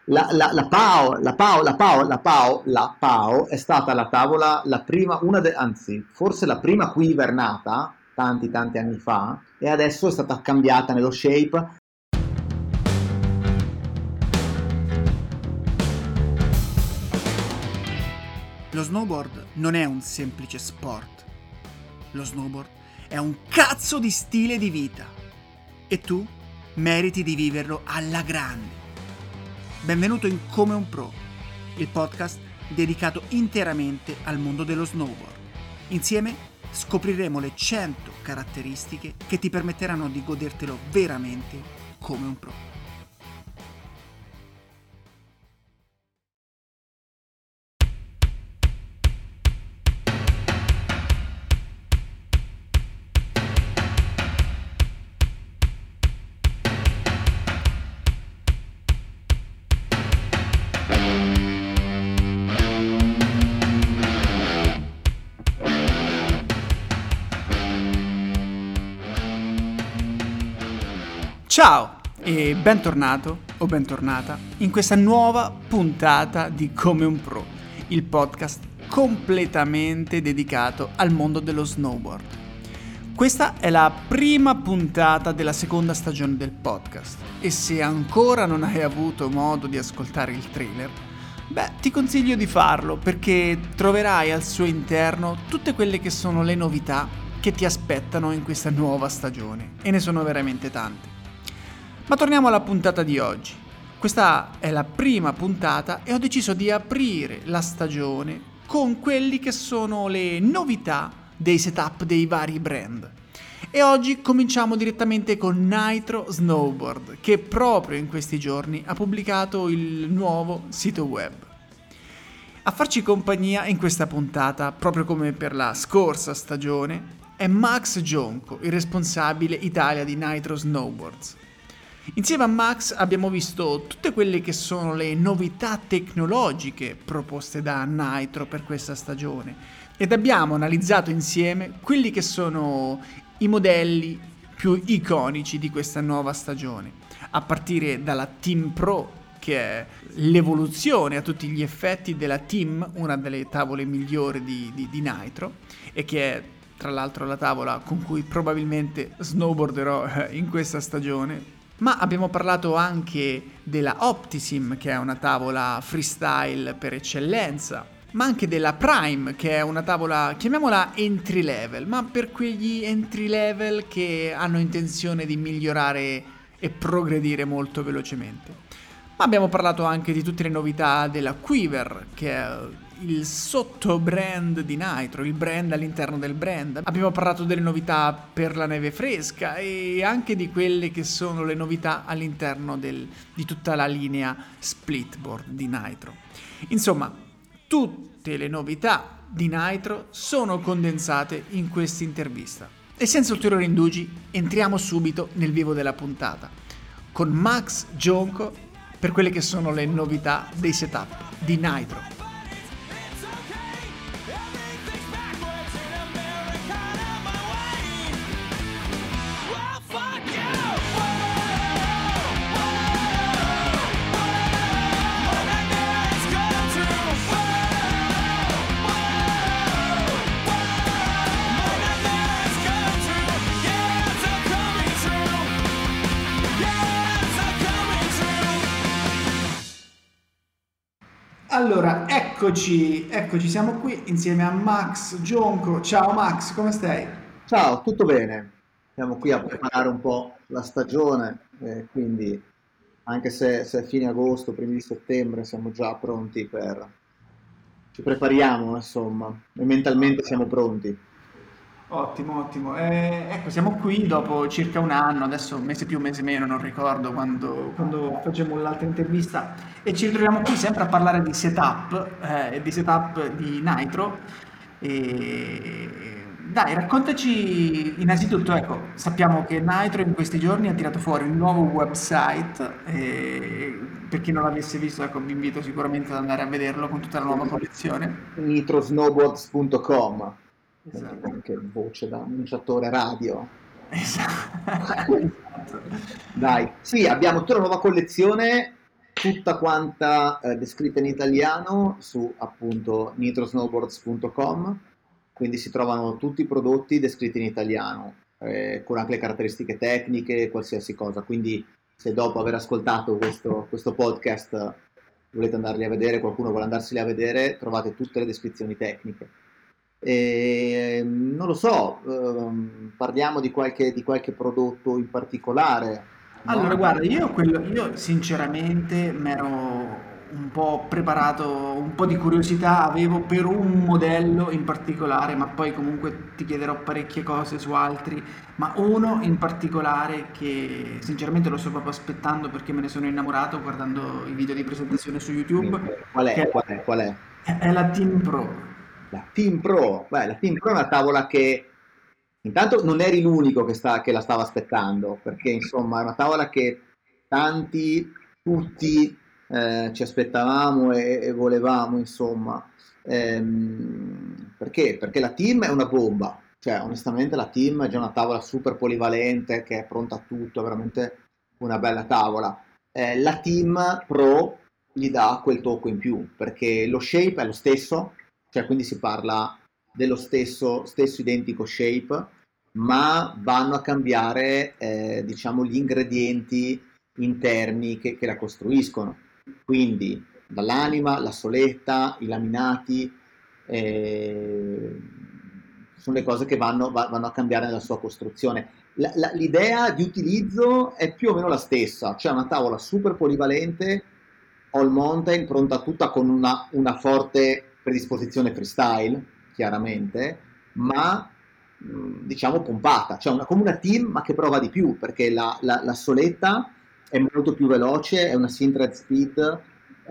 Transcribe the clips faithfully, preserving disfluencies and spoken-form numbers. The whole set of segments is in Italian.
La, la, la PAO, la PAO, la PAO, la PAO, la PAO è stata la tavola, la prima, una de, anzi, forse la prima quiver nata, tanti tanti anni fa, e adesso è stata cambiata nello shape. Lo snowboard non è un semplice sport. Lo snowboard è un cazzo di stile di vita. E tu meriti di viverlo alla grande. Benvenuto in Come un Pro, il podcast dedicato interamente al mondo dello snowboard. Insieme scopriremo le cento caratteristiche che ti permetteranno di godertelo veramente come un pro. Ciao e bentornato o bentornata in questa nuova puntata di Come un Pro, il podcast completamente dedicato al mondo dello snowboard. Questa è la prima puntata della seconda stagione del podcast e se ancora non hai avuto modo di ascoltare il trailer, beh, ti consiglio di farlo perché troverai al suo interno tutte quelle che sono le novità che ti aspettano in questa nuova stagione e ne sono veramente tante. Ma torniamo alla puntata di oggi. Questa è la prima puntata e ho deciso di aprire la stagione con quelli che sono le novità dei setup dei vari brand. E oggi cominciamo direttamente con Nitro Snowboard, che proprio in questi giorni ha pubblicato il nuovo sito web. A farci compagnia in questa puntata, proprio come per la scorsa stagione, è Max Gionco, il responsabile Italia di Nitro Snowboards. Insieme a Max abbiamo visto tutte quelle che sono le novità tecnologiche proposte da Nitro per questa stagione ed abbiamo analizzato insieme quelli che sono i modelli più iconici di questa nuova stagione, a partire dalla Team Pro, che è l'evoluzione a tutti gli effetti della Team, una delle tavole migliori di, di, di Nitro, e che è tra l'altro la tavola con cui probabilmente snowboarderò in questa stagione. Ma abbiamo parlato anche della Optisim, che è una tavola freestyle per eccellenza, ma anche della Prime, che è una tavola, chiamiamola entry level, ma per quegli entry level che hanno intenzione di migliorare e progredire molto velocemente. Ma abbiamo parlato anche di tutte le novità della Quiver, che è il sottobrand di Nitro, il brand all'interno del brand. Abbiamo parlato delle novità per la neve fresca e anche di quelle che sono le novità all'interno del, di tutta la linea splitboard di Nitro. Insomma, tutte le novità di Nitro sono condensate in questa intervista. E senza ulteriori indugi entriamo subito nel vivo della puntata con Max Gionco per quelle che sono le novità dei setup di Nitro. Allora, eccoci, eccoci, siamo qui insieme a Max Gionco. Ciao Max, come stai? Ciao, tutto bene? Siamo qui a preparare un po' la stagione, eh, quindi anche se, se è fine agosto, primi di settembre, siamo già pronti per... Ci prepariamo, insomma, e mentalmente siamo pronti. Ottimo, ottimo. Eh, ecco, siamo qui dopo circa un anno, adesso un mese più, un mese meno, non ricordo quando, quando facciamo l'altra intervista, e ci ritroviamo qui sempre a parlare di setup, eh, di setup di Nitro. E... Dai, raccontaci innanzitutto, ecco, sappiamo che Nitro in questi giorni ha tirato fuori un nuovo website, e per chi non l'avesse visto, ecco, vi invito sicuramente ad andare a vederlo con tutta la nuova collezione. nitrosnowboards punto com, Esatto. che voce da annunciatore radio. Esatto. Esatto. Dai, sì, abbiamo tutta una nuova collezione tutta quanta eh, descritta in italiano su appunto nitrosnowboards punto com, quindi si trovano tutti i prodotti descritti in italiano, eh, con anche le caratteristiche tecniche, qualsiasi cosa. Quindi se dopo aver ascoltato questo, questo podcast volete andarli a vedere, qualcuno vuole andarseli a vedere, trovate tutte le descrizioni tecniche. E, non lo so, ehm, parliamo di qualche, di qualche prodotto in particolare, Allora, no? guarda, io, quello, io sinceramente mi ero un po' preparato, un po' di curiosità avevo per un modello in particolare, ma poi comunque ti chiederò parecchie cose su altri, ma uno in particolare che sinceramente lo sto proprio aspettando perché me ne sono innamorato guardando i video di presentazione su YouTube, Qual che è? Qual è? Qual è? è, è la Team Pro. La Team Pro. Beh, la Team Pro è una tavola che intanto non eri l'unico che, sta- che la stava aspettando, perché insomma è una tavola che tanti, tutti eh, ci aspettavamo e, e volevamo, insomma. Ehm, perché? Perché la Team è una bomba, cioè onestamente la Team è già una tavola super polivalente che è pronta a tutto, è veramente una bella tavola. Eh, la Team Pro gli dà quel tocco in più, perché lo shape è lo stesso, cioè quindi si parla dello stesso, stesso identico shape, ma vanno a cambiare eh, diciamo gli ingredienti interni che, che la costruiscono. Quindi dall'anima, la soletta, i laminati, eh, sono le cose che vanno, va- vanno a cambiare nella sua costruzione. La- la- l'idea di utilizzo è più o meno la stessa, cioè una tavola super polivalente, all mountain, pronta tutta con una, una forte predisposizione freestyle, chiaramente, ma mh, diciamo pompata, cioè una, come una team ma che prova di più, perché la, la- la soletta è molto più veloce, è una Synthread Speed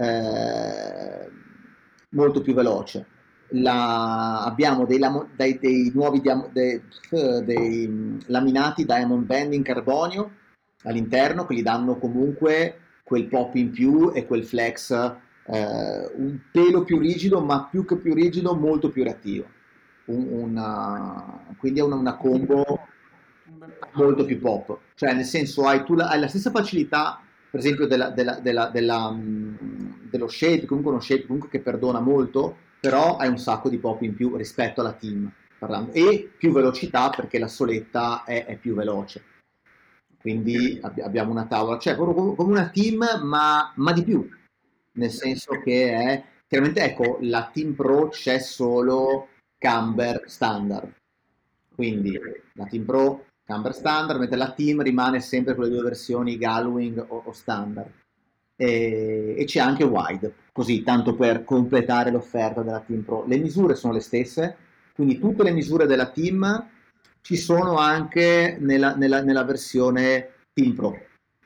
eh, molto più veloce. La- abbiamo dei, lamo- dei- dei nuovi diam- dei, eh, dei, mh, laminati Diamond Band in carbonio all'interno che gli danno comunque quel pop in più e quel flex eh, un pelo più rigido, ma più che più rigido, molto più reattivo. Un- una- quindi è una, una combo Un bel po'. molto più pop, cioè nel senso hai, tu la, hai la stessa facilità, per esempio, della, della- della- della, mh, dello shape, comunque uno shape comunque che perdona molto, però hai un sacco di pop in più rispetto alla team, parlando, e più velocità perché la soletta è, è più veloce. Quindi abbi- abbiamo una tavola, cioè proprio come come una team, ma, ma di più, nel senso che è, chiaramente ecco, la Team Pro c'è solo camber standard, quindi la Team Pro, camber standard, mentre la Team rimane sempre con le due versioni Galwing o, o standard. E, e c'è anche wide, così tanto per completare l'offerta della Team Pro. Le misure sono le stesse, quindi tutte le misure della Team ci sono anche nella, nella- nella versione Team Pro.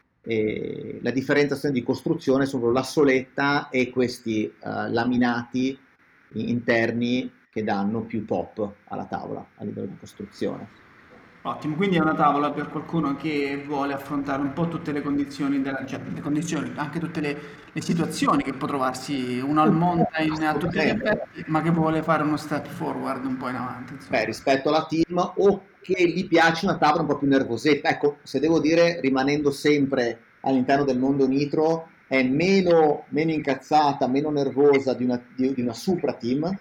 E la differenza di costruzione sono la soletta e questi eh, laminati interni che danno più pop alla tavola a livello di costruzione. Ottimo, quindi è una tavola per qualcuno che vuole affrontare un po' tutte le condizioni, della, cioè le condizioni, anche tutte le, le situazioni che può trovarsi uno al mountain a tutti gli Assolutamente. effetti, ma che vuole fare uno step forward un po' in avanti, Beh, insomma. rispetto alla team, o che gli piace una tavola un po' più nervosetta. Ecco, se devo dire, rimanendo sempre all'interno del mondo nitro, è meno, meno incazzata, meno nervosa di una, di, di una Supra Team.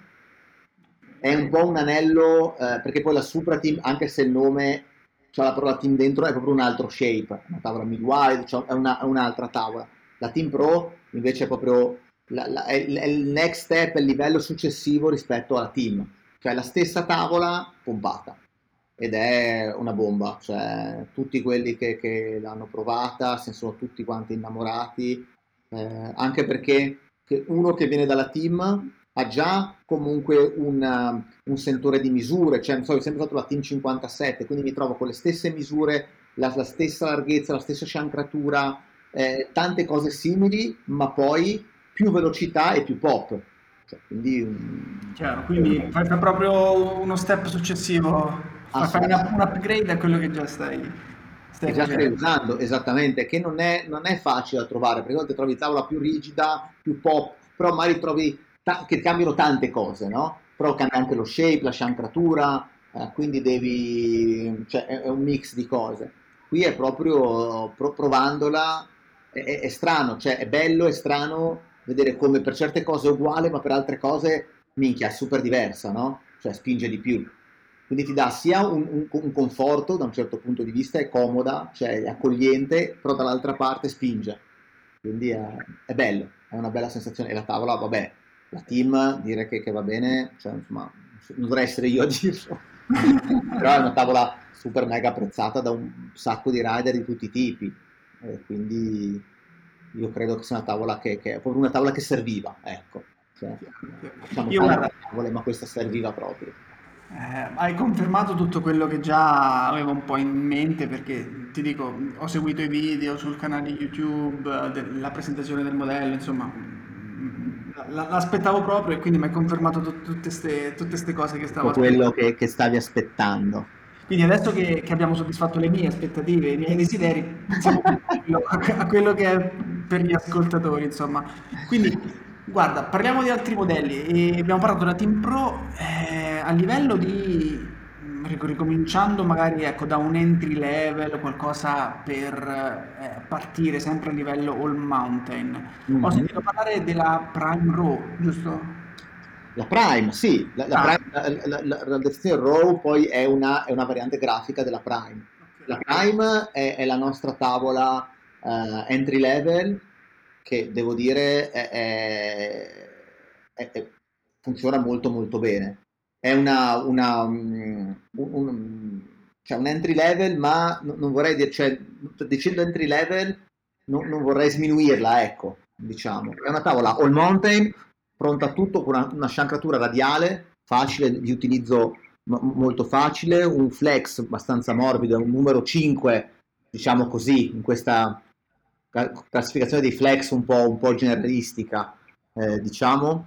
È un po' un anello, eh, perché poi la Supra Team, anche se il nome c'ha la parola team dentro, è proprio un altro shape, una tavola mid-wide, cioè è, una- è un'altra tavola. La Team Pro invece è proprio la- la- è, il è il next step, è il livello successivo rispetto alla Team, cioè la stessa tavola pompata ed è una bomba, cioè tutti quelli che, che l'hanno provata se ne sono tutti quanti innamorati, eh, anche perché che uno che viene dalla team ha già comunque un, un sentore di misure, cioè non so, ho sempre usato la team cinquantasette, quindi mi trovo con le stesse misure, la, la stessa larghezza, la stessa sciancratura, eh, tante cose simili, ma poi più velocità e più pop. Cioè, quindi un- Chiaro, quindi fai, fai proprio uno step successivo, fai, fai una- un assolutamente. upgrade a quello che già stai, Che stai già stai facendo. usando, esattamente, che non è, non è facile da trovare, perché a volte trovi tavola più rigida, più pop, però magari trovi ta- che cambiano tante cose, no? Però cambia anche lo shape, la sciancratura, eh, quindi devi, cioè è, è un mix di cose. Qui è proprio pro- provandola, è, è- è strano, cioè è bello e strano vedere come per certe cose è uguale, ma per altre cose, minchia, è super diversa, no? Cioè spinge di più. Quindi ti dà sia un, un- un conforto da un certo punto di vista, è comoda, cioè è accogliente, però dall'altra parte spinge. Quindi è, è bello, è una bella sensazione. E la tavola, vabbè, la team, dire che, che va bene, cioè, insomma, non dovrei essere io a dirlo. Però è una tavola super mega apprezzata da un sacco di rider di tutti i tipi. E quindi io credo che sia una tavola che, che è proprio una tavola che serviva, ecco. Cioè, facciamo Io tante guarda, tavole, ma questa serviva proprio. Eh, hai confermato tutto quello che già avevo un po' in mente perché ti dico, ho seguito i video sul canale YouTube, eh, della presentazione del modello, insomma, mm, la- l'aspettavo proprio e quindi mi hai confermato tut- tutte queste cose che stavo Tutto quello aspettando. che, che stavi aspettando. Quindi adesso che, che abbiamo soddisfatto le mie aspettative, i miei desideri, pensiamo più a quello, a quello che è per gli ascoltatori, insomma. Quindi, guarda, parliamo di altri modelli. E abbiamo parlato della Team Pro, eh, a livello di, mm, ric- ricominciando magari ecco, da un entry level, qualcosa per eh, partire sempre a livello all mountain. Ho Mhm. sentito parlare della Prime Raw, giusto? La Prime, sì, la, la Prime, Prime. la, la, la, la versione RAW poi è una, è una variante grafica della Prime. La Ok. Prime è, è la nostra tavola eh, entry level che devo dire è- è- è- è- funziona molto molto bene. È una, una, mm, un, un- cioè un entry level, ma non non vorrei dire, cioè, dicendo entry level non, non vorrei sminuirla, ecco, diciamo. È una tavola all mountain, pronta a tutto, con una, una sciancratura radiale, facile di utilizzo, mo- molto facile, un flex abbastanza morbido, un numero cinque, diciamo così, in questa ca- classificazione dei flex un po', un po' generalistica, eh, diciamo.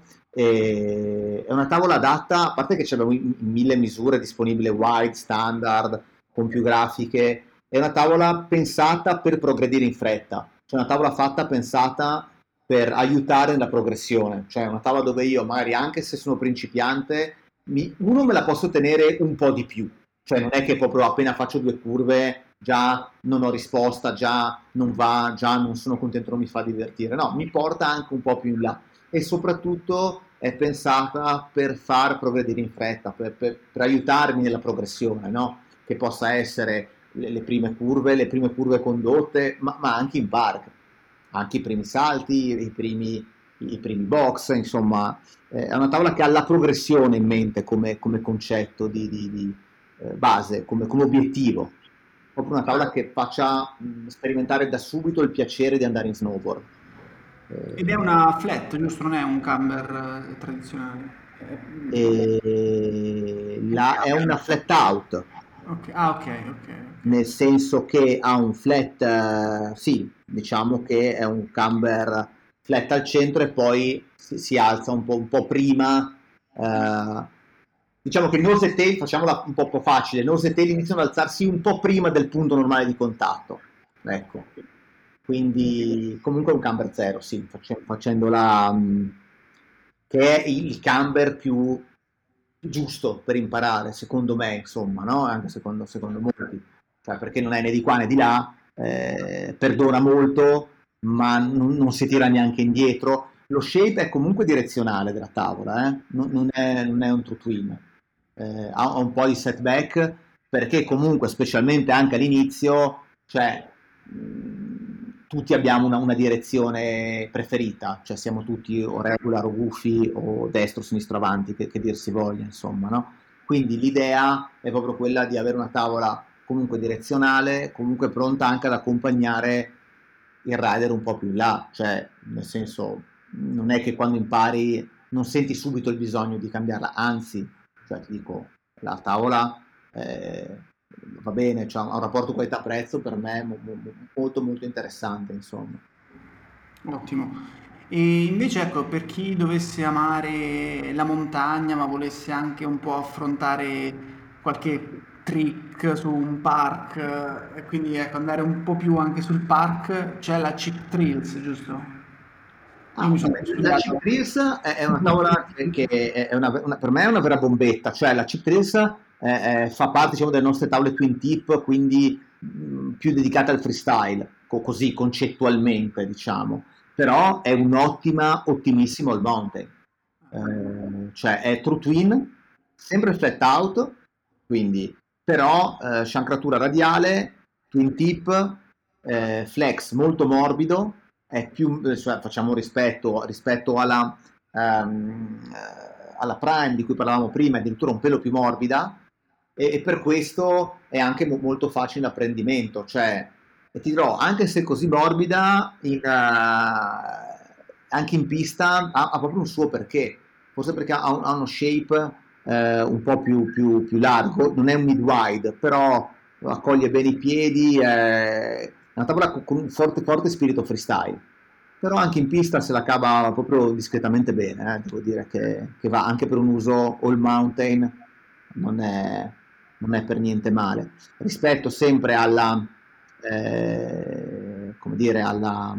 E è una tavola adatta, a parte che c'è in in mille misure disponibile wide, standard, con più grafiche, è una tavola pensata per progredire in fretta, cioè una tavola fatta, pensata per aiutare nella progressione, cioè una tavola dove io magari anche se sono principiante, mi- uno me la posso tenere un po' di più, cioè non è che proprio appena faccio due curve già non ho risposta, già non va, già non sono contento, non mi fa divertire, no, mi porta anche un po' più in là e soprattutto è pensata per far progredire in fretta, per, per- per aiutarmi nella progressione, no? Che possa essere le, le prime curve, le prime curve condotte, ma, ma anche in park, anche i primi salti, i primi, i primi box, insomma, eh, è una tavola che ha la progressione in mente come, come concetto di, di- di, eh, base, come, come obiettivo. Proprio una tavola che faccia mh, sperimentare da subito il piacere di andare in snowboard. Ed è Eh, una flat, giusto? Non è un camber eh, tradizionale. Eh, mm, e è la- è una flat out, ok, ah, ok, ok, ok. nel senso che ha un flat, eh, sì, diciamo che è un camber flat al centro e poi si, si alza un po', un po' prima. eh, diciamo che il nose e tail, facciamola un po' più facile, il nose e tail iniziano ad alzarsi un po' prima del punto normale di contatto. Ecco, quindi comunque è un camber zero, sì, face- facendola, mh, che è il camber più giusto per imparare, secondo me, insomma, no? Anche secondo, secondo molti, cioè perché non è né di qua né di là, eh, perdona molto, ma non, non si tira neanche indietro. Lo shape è comunque direzionale della tavola, eh? non, non è, non è un true twin. Eh, ha, ha un po' di setback perché comunque, specialmente anche all'inizio, cioè, mh, tutti abbiamo una, una direzione preferita, cioè siamo tutti o regular o goofy o destro, sinistro, avanti, che, che dir si voglia, insomma, no? Quindi l'idea è proprio quella di avere una tavola comunque direzionale, comunque pronta anche ad accompagnare il rider un po' più in là, cioè nel senso non è che quando impari non senti subito il bisogno di cambiarla, anzi, cioè ti dico, la tavola eh, va bene, cioè, ha un rapporto qualità-prezzo per me mo- mo- molto molto interessante, insomma. Ottimo. E invece ecco, per chi dovesse amare la montagna, ma volesse anche un po' affrontare qualche trick su un park, eh, e quindi ecco, andare un po' più anche sul park, c'è la Chip Trails, giusto? Io Ah, mi sono vabbè, la chip studiato. trills è è una tavola che, che è una- una- per me è una vera bombetta, cioè la chip trills eh, eh, fa parte diciamo, delle nostre tavole twin tip, quindi mh, più dedicate al freestyle. co- così concettualmente, diciamo, però è un'ottima, ottimissimo all mountain. Eh, cioè è true twin, sempre flat out, quindi però eh, sciancratura radiale, twin tip, eh, flex molto morbido, è più, eh, cioè, facciamo rispetto, rispetto alla, ehm, eh, alla Prime di cui parlavamo prima, è addirittura un pelo più morbida e, e per questo è anche mo- molto facile in apprendimento, cioè e ti dirò, anche se così morbida, in, eh, anche in pista ha, ha proprio un suo perché, forse perché ha, un- ha uno shape eh, un po' più, più- più largo, non è un mid-wide, però accoglie bene i piedi, è una tavola co- con un forte, forte spirito freestyle, però anche in pista se la cava proprio discretamente bene, eh, devo dire che, che va anche per un uso all mountain, non è, non è per niente male. Rispetto sempre alla, eh, come dire, alla,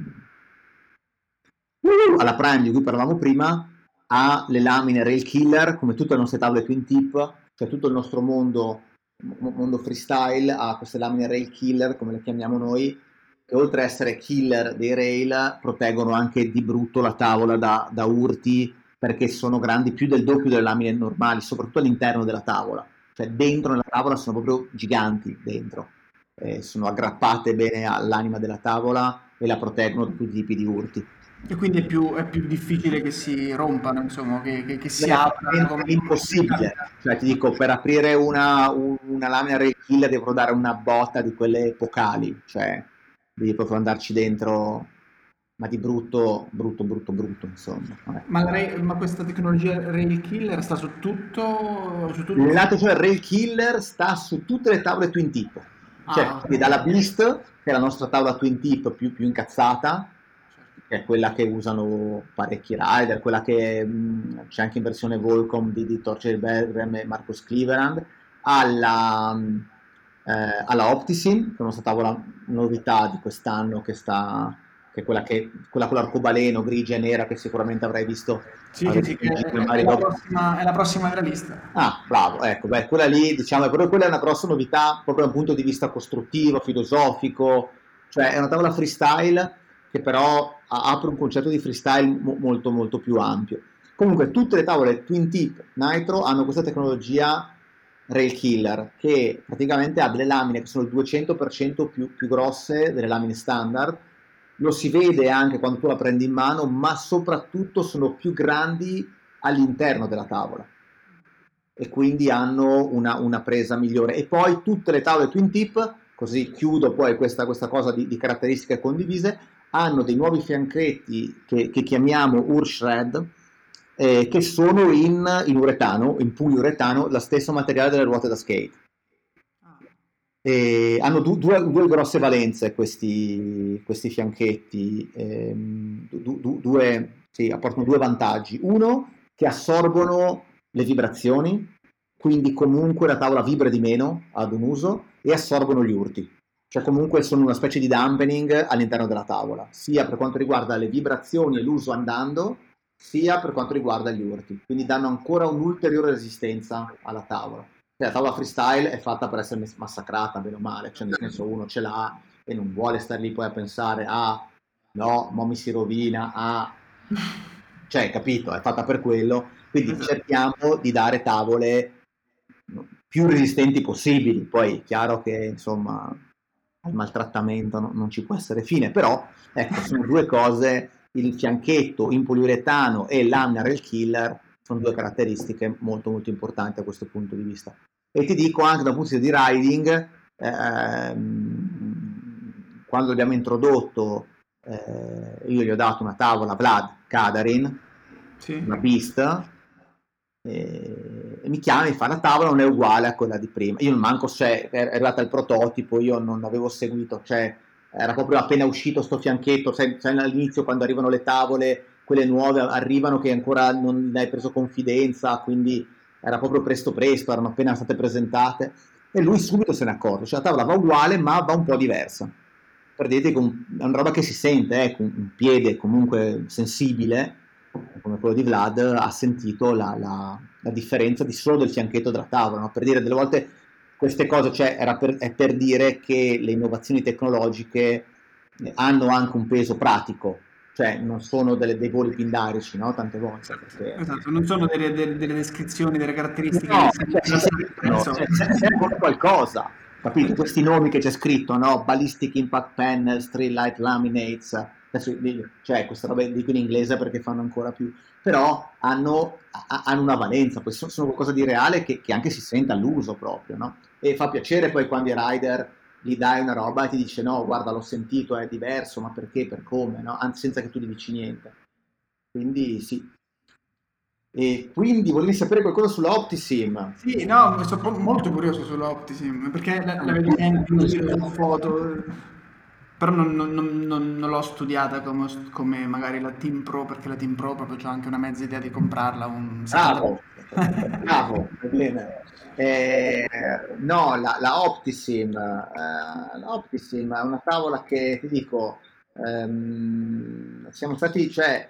alla Prime di cui parlavamo prima, ha le lamine Rail Killer, come tutte le nostre tavole Twin Tip, cioè tutto il nostro mondo, mo- mondo freestyle ha queste lamine Rail Killer, come le chiamiamo noi, che oltre a essere killer dei rail, proteggono anche di brutto la tavola da, da urti, perché sono grandi più del doppio delle lamine normali, soprattutto all'interno della tavola. Cioè dentro nella tavola sono proprio giganti dentro, eh, sono aggrappate bene all'anima della tavola e la proteggono da tutti i tipi di urti. E quindi è più, è più difficile che si rompano, insomma, che, che- che si Beh, aprano come... è impossibile, cioè ti dico, per aprire una, un- una lamina rail killer devo dare una botta di quelle epocali, cioè devi proprio andarci dentro, ma di brutto, brutto, brutto, brutto, insomma. Vabbè. Ma, la Ray- ma questa tecnologia Rail Killer sta su tutto, su Il tutto... lato cioè Rail Killer sta su tutte le tavole Twin Tip, cioè Ah, quindi ok. dalla Beast, che è la nostra tavola Twin Tip più, più incazzata, che è quella che usano parecchi rider, quella che mh, c'è anche in versione Volcom di, di Torcher Berrem e Marcos Cleveland, alla, mh, eh, alla Optisim, che è una nostra tavola novità di quest'anno, che, sta, che è quella, che, quella con l'arcobaleno grigia e nera che sicuramente avrai visto, Sì, avrai sì, sì, visto che in è, giro in è vari la luoghi. prossima, è la prossima della lista. Ah, bravo, ecco, beh, quella lì, diciamo, però quella è una grossa novità proprio da un punto di vista costruttivo, filosofico, cioè è una tavola freestyle che però ha- apre un concetto di freestyle mo- molto molto più ampio. Comunque tutte le tavole Twin Tip Nitro hanno questa tecnologia Rail Killer che praticamente ha delle lamine che sono il duecento per cento più, più grosse delle lamine standard, lo si vede anche quando tu la prendi in mano, ma soprattutto sono più grandi all'interno della tavola e quindi hanno una, una presa migliore. E poi tutte le tavole Twin Tip, così chiudo poi questa, questa cosa di, di caratteristiche condivise, hanno dei nuovi fianchetti che, che chiamiamo Urshred, eh, che sono in, in uretano, in poliuretano, lo stesso materiale delle ruote da skate. E hanno du- due, due grosse valenze questi, questi fianchetti, ehm, du- du- due, sì, apportano due vantaggi. Uno, che assorbono le vibrazioni, quindi comunque la tavola vibra di meno ad un uso e assorbono gli urti. Cioè comunque sono una specie di dampening all'interno della tavola, sia per quanto riguarda le vibrazioni e l'uso andando, sia per quanto riguarda gli urti. Quindi danno ancora un'ulteriore resistenza alla tavola. Cioè, la tavola freestyle è fatta per essere massacrata, bene o male, cioè nel senso uno ce l'ha e non vuole stare lì poi a pensare, ah, no, mo mi si rovina, ah, cioè, capito, è fatta per quello, quindi Esatto. cerchiamo di dare tavole più resistenti possibili, poi è chiaro che, insomma, al maltrattamento no- non ci può essere fine, però, ecco, sono due cose, il fianchetto in poliuretano e l'Amner Killer, sono due caratteristiche molto molto importanti a questo punto di vista. E ti dico anche da un punto di vista di riding, ehm, quando abbiamo introdotto, eh, io gli ho dato una tavola Vlad Kadarin, Sì. una Beast, e, e mi chiama e mi fa la tavola non è uguale a quella di prima. Io non manco, cioè, è arrivata il prototipo, io non avevo seguito, cioè, era proprio appena uscito sto fianchetto, sai, sai all'inizio quando arrivano le tavole, quelle nuove arrivano che ancora non ne hai preso confidenza, quindi era proprio presto presto, erano appena state presentate e lui subito se ne accorge, cioè la tavola va uguale ma va un po' diversa. Per dirti che un- è una roba che si sente, ecco, un un piede comunque sensibile, come quello di Vlad, ha sentito la, la- la differenza di solo del fianchetto della tavola, no? Per dire delle volte queste cose, cioè era per, è per dire che le innovazioni tecnologiche eh, hanno anche un peso pratico, cioè non sono delle- dei voli pindarici, no? Tante volte, perché Esatto, non sono delle, delle- delle descrizioni, delle caratteristiche no, che cioè, ci si servono, prezzo. se- se- servono qualcosa, capito? Questi nomi che c'è scritto, no? Ballistic Impact Panel, Street Light Laminates, adesso di- cioè questa roba dico in inglese perché fanno ancora più, però hanno, ha- hanno una valenza, poi sono, sono qualcosa di reale che, che anche si sente all'uso proprio, no? E fa piacere poi quando i rider gli dai una roba e ti dice no, guarda, l'ho sentito, è diverso, ma perché, per come, no? Anzi, senza che tu gli dici niente. Quindi sì. E quindi volevi sapere qualcosa sulla Optisim? Sì, no, sono molto curioso sull'Optisim, perché la, la vedo sempre in giro su foto, eh, però non, non- non- non- non l'ho studiata come, come magari la Team Pro, perché la Team Pro proprio c'ho anche una mezza idea di comprarla, un settanta... Bravo, bravo, va bene. Eh, no, la, la Optisim, eh, la Optisim è una tavola che ti dico, ehm, siamo stati, cioè,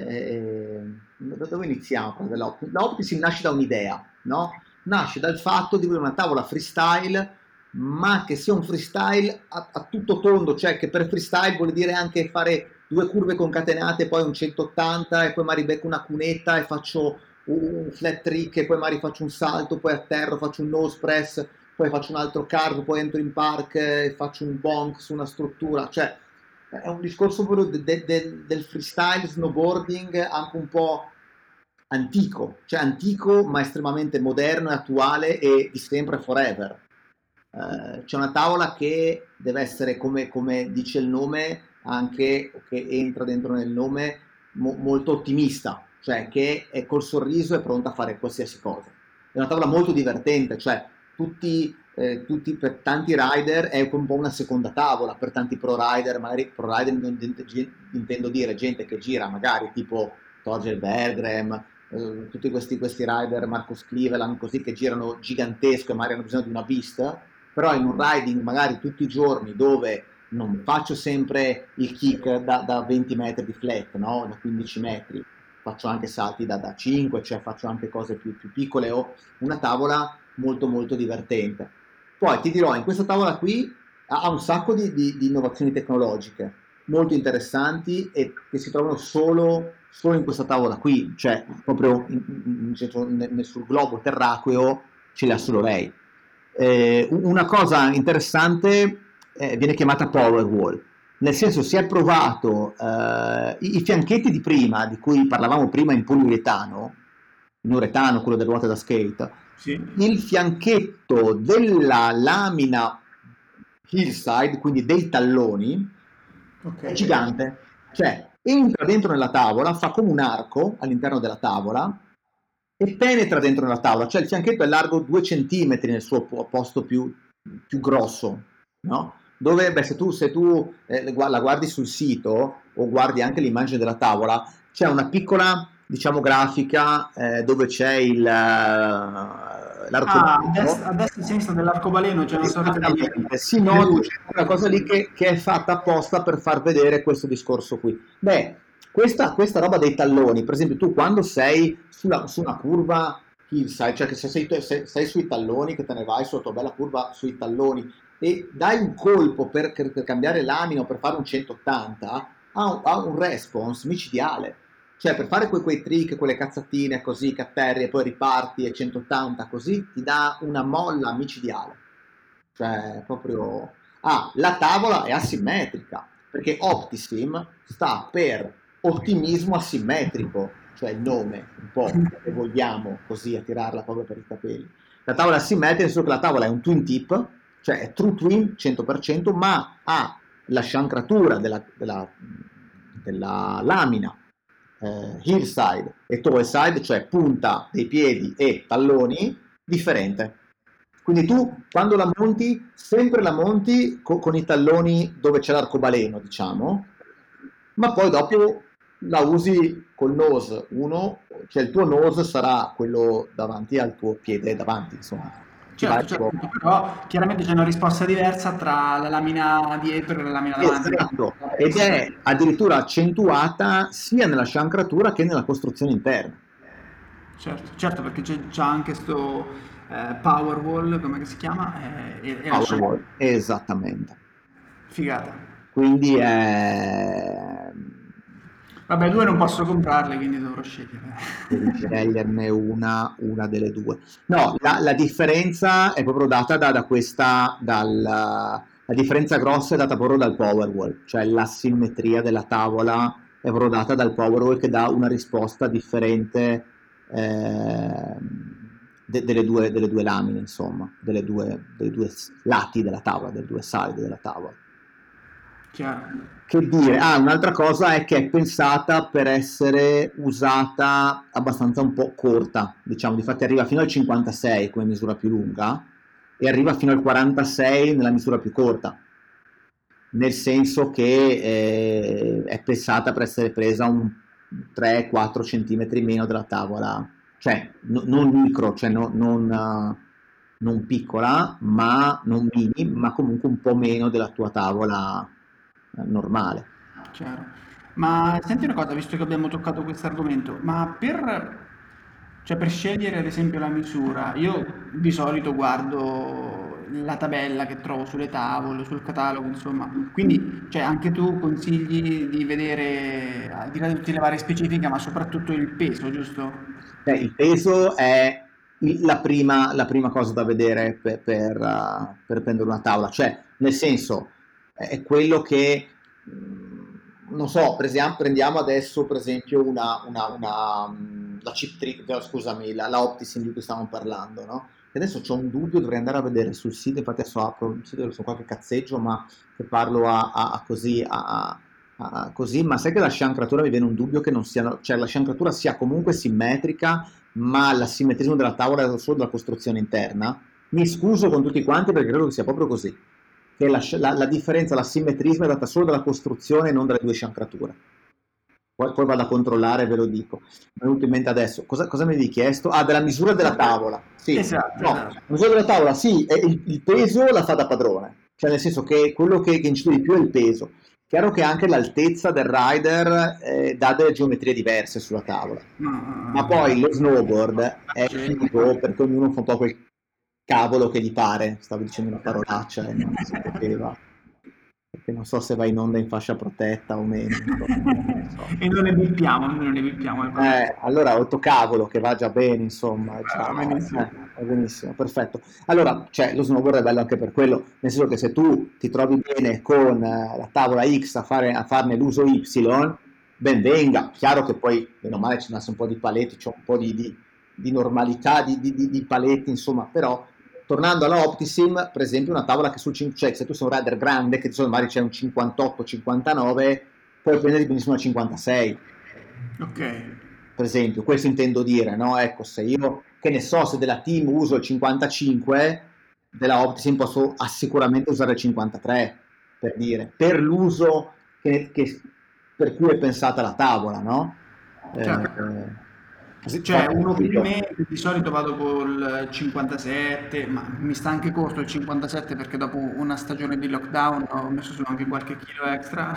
eh, da dove iniziamo? con dell'Optisim? La Optisim nasce da un'idea, no? Nasce dal fatto di avere una tavola freestyle, ma che sia un freestyle a, a tutto tondo, cioè che per freestyle vuol dire anche fare due curve concatenate, poi un centottanta e poi magari becco una cunetta e faccio un flat trick e poi magari faccio un salto, poi atterro, faccio un nose press, poi faccio un altro cargo, poi entro in park e faccio un bonk su una struttura, cioè è un discorso proprio de- de- de- del freestyle snowboarding anche un po' antico, cioè antico ma estremamente moderno e attuale e di sempre forever. Eh, c'è una tavola che deve essere, come, come dice il nome, anche o che entra dentro nel nome, mo- molto ottimista, cioè che è col sorriso e pronta a fare qualsiasi cosa. È una tavola molto divertente, cioè tutti, eh, tutti per tanti rider è un po' una seconda tavola, per tanti pro rider, magari pro rider non intendo intendo dire gente che gira magari tipo Torgel Bergram, eh, tutti questi, questi rider, Marcos Cleveland, così che girano gigantesco e magari hanno bisogno di una pista, però in un riding magari tutti i giorni dove non faccio sempre il kick da, da venti metri di flat, no? Da quindici metri, faccio anche salti da, da cinque, cioè faccio anche cose più, più piccole, ho una tavola molto molto divertente. Poi ti dirò, in questa tavola qui ha, ha un sacco di, di- di innovazioni tecnologiche molto interessanti e che si trovano solo, solo in questa tavola qui, cioè proprio in- in- in- nel- sul globo terracqueo ce l'ha solo lei. Eh, una cosa interessante eh, viene chiamata power wall, nel senso si è provato eh, i, i fianchetti di prima, di cui parlavamo prima in poliuretano, in uretano, quello delle ruote da skate, Sì, il fianchetto della lamina hillside, quindi dei talloni, ok. è gigante, cioè entra dentro nella tavola, fa come un arco all'interno della tavola e penetra dentro nella tavola, cioè il fianchetto è largo due centimetri nel suo po- posto più, più grosso, no? Dove, beh, se tu, se tu eh, gua- la guardi sul sito o guardi anche l'immagine della tavola, c'è una piccola, diciamo, grafica eh, dove c'è il, eh, Ah, a destra, l'arcobaleno. a destra e a sinistra dell'arcobaleno c'è una sorta di Esattamente, si nota luce. quella cosa lì che, che è fatta apposta per far vedere questo discorso qui. Beh, questa, questa roba dei talloni, per esempio, tu quando sei sulla, su una curva hillside, cioè che se sei, se sei sui talloni, che te ne vai sulla tua bella curva sui talloni e dai un colpo per, per cambiare l'anino, per fare un centottanta, ha un, ha un response micidiale. Cioè, per fare quei, quei trick, quelle cazzatine così, che atterri e poi riparti e centottanta così, ti dà una molla micidiale. Cioè, proprio... Ah, la tavola è asimmetrica, perché Optisim sta per ottimismo asimmetrico, cioè il nome, un po', se vogliamo così attirarla proprio per i capelli. La tavola è asimmetrica, nel senso che la tavola è un twin tip, cioè è true twin cento per cento, ma ha la sciancratura della, della, della lamina eh, hillside e toeside, cioè punta dei piedi e talloni, differente. Quindi tu quando la monti, sempre la monti co- con i talloni dove c'è l'arcobaleno, diciamo, ma poi dopo la usi col nose, uno, cioè il tuo nose sarà quello davanti al tuo piede davanti, insomma. Ci vai Certo, certo, però chiaramente c'è una risposta diversa tra la lamina dietro e la lamina davanti. esatto, ed è addirittura accentuata sia nella sciancratura che nella costruzione interna. Certo, certo, perché c'è c'è anche sto eh, Powerwall, come si chiama? Eh, e, e la sciancra. Powerwall, esattamente. Figata. quindi è... Vabbè, due non posso comprarle, quindi dovrò scegliere. devi sceglierne una, una delle due. No, la, la differenza è proprio data da, da questa, dal, la differenza grossa è data proprio dal Powerwall, cioè l'asimmetria della tavola è proprio data dal Powerwall che dà una risposta differente eh, de- delle, due, delle due lamine, insomma, delle due, dei due lati della tavola, delle due side della tavola. Chiaro. Che dire, ah, un'altra cosa è che è pensata per essere usata abbastanza un po' corta, diciamo, difatti arriva fino al cinquantasei come misura più lunga e arriva fino al quarantasei nella misura più corta, nel senso che eh, è pensata per essere presa un tre quattro centimetri meno della tavola, cioè no- non micro, cioè no- non, eh, non piccola, ma non mini, ma comunque un po' meno della tua tavola eh, normale. Chiaro. Ma senti una cosa, visto che abbiamo toccato questo argomento, ma per, cioè per scegliere ad esempio la misura, io di solito guardo la tabella che trovo sulle tavole, sul catalogo, insomma, quindi cioè, anche tu consigli di vedere, al di là di tutte le varie specifiche, ma soprattutto il peso, giusto? Beh, il peso è il- la prima, la prima cosa da vedere per, per, uh, per prendere una tavola, cioè nel senso è quello che, mh, non so, per esempio, prendiamo adesso per esempio una, una, una, mh, la chip trick, no, scusami, la, la Optisim di cui stavamo parlando, no? E adesso c'ho un dubbio, dovrei andare a vedere sul sito, infatti adesso apro il sito, so qualche cazzeggio, ma che parlo a, a- a così, a, a- così, ma sai che la sciancratura mi viene un dubbio che non sia, cioè la sciancratura sia comunque simmetrica, ma l'assimmetrismo della tavola è solo della costruzione interna. Mi scuso con tutti quanti perché credo che sia proprio così, che la, la- la differenza, l'assimmetrismo è data solo dalla costruzione e non dalle due sciancrature. Poi, poi vado a controllare e ve lo dico. Mi è venuto in mente adesso. Cosa, cosa mi avevi chiesto? Ah, della misura della tavola. Sì, Esatto, no, la esatto. misura della tavola, sì, e il, il peso la fa da padrone. Cioè, nel senso che quello che, che incide di più è il peso. Chiaro che anche l'altezza del rider eh, dà delle geometrie diverse sulla tavola. No, no, Ma no, poi lo snowboard è no. figo perché ognuno fa un po' quel cavolo che gli pare. Stavo dicendo una parolaccia e non si poteva. Perché non so se va in onda in fascia protetta o meno, insomma, non so. E non ne bippiamo, noi non ne bippiamo, è corretto. Eh, allora autocavolo che va già bene, insomma, è già, Ah, benissimo. eh, va benissimo, perfetto. Allora, cioè, lo snowboard è bello anche per quello, nel senso che se tu ti trovi bene con eh, la tavola X a, fare, a farne l'uso Y, ben venga. Chiaro che poi, meno male, ci nasce un po' di paletti, c'è un po' di, di- di normalità, di, di- di- di paletti, insomma, però tornando alla Optisim, per esempio, una tavola che sul cin- cioè, se tu sei un rider grande, che insomma, magari c'è un cinquantotto cinquantanove, puoi prendere benissimo una cinquantasei Ok. per esempio, questo intendo dire, no? Ecco, se io, che ne so, se della team uso il cinquantacinque, della Optisim posso ah, sicuramente usare il cinquantatré, per dire, per l'uso che, che- per cui è pensata la tavola, no? Eh, Certo. eh, così ti Cioè, faccio un uno come esempio. me di solito vado col cinquantasette, ma mi sta anche corto il cinquantasette perché dopo una stagione di lockdown ho messo su anche qualche chilo extra,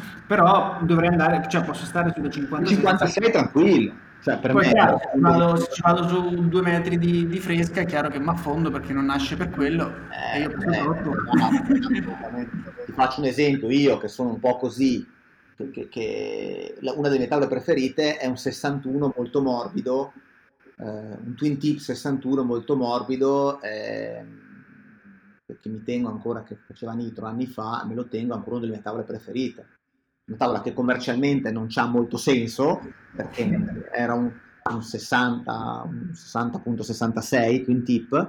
però dovrei andare, cioè posso stare sulle Il cinquantasei. cinquantasei è tranquillo, cioè per Poi me è è chiaro, se ci un vado, se ci vado su due metri di, di fresca è chiaro che mi affondo perché non nasce per quello e Eh, io peso eh, troppo. esatto, assolutamente. Ti faccio un esempio, io che sono un po' così, che, che- che la- una delle mie tavole preferite è un sessantuno molto morbido, eh, un Twin Tip sessantuno molto morbido, ehm, perché mi tengo ancora, che faceva Nitro anni fa, me lo tengo ancora una delle mie tavole preferite. Una tavola che commercialmente non c'ha molto senso, perché era un, un sessanta, un sessanta virgola sessantasei Twin Tip,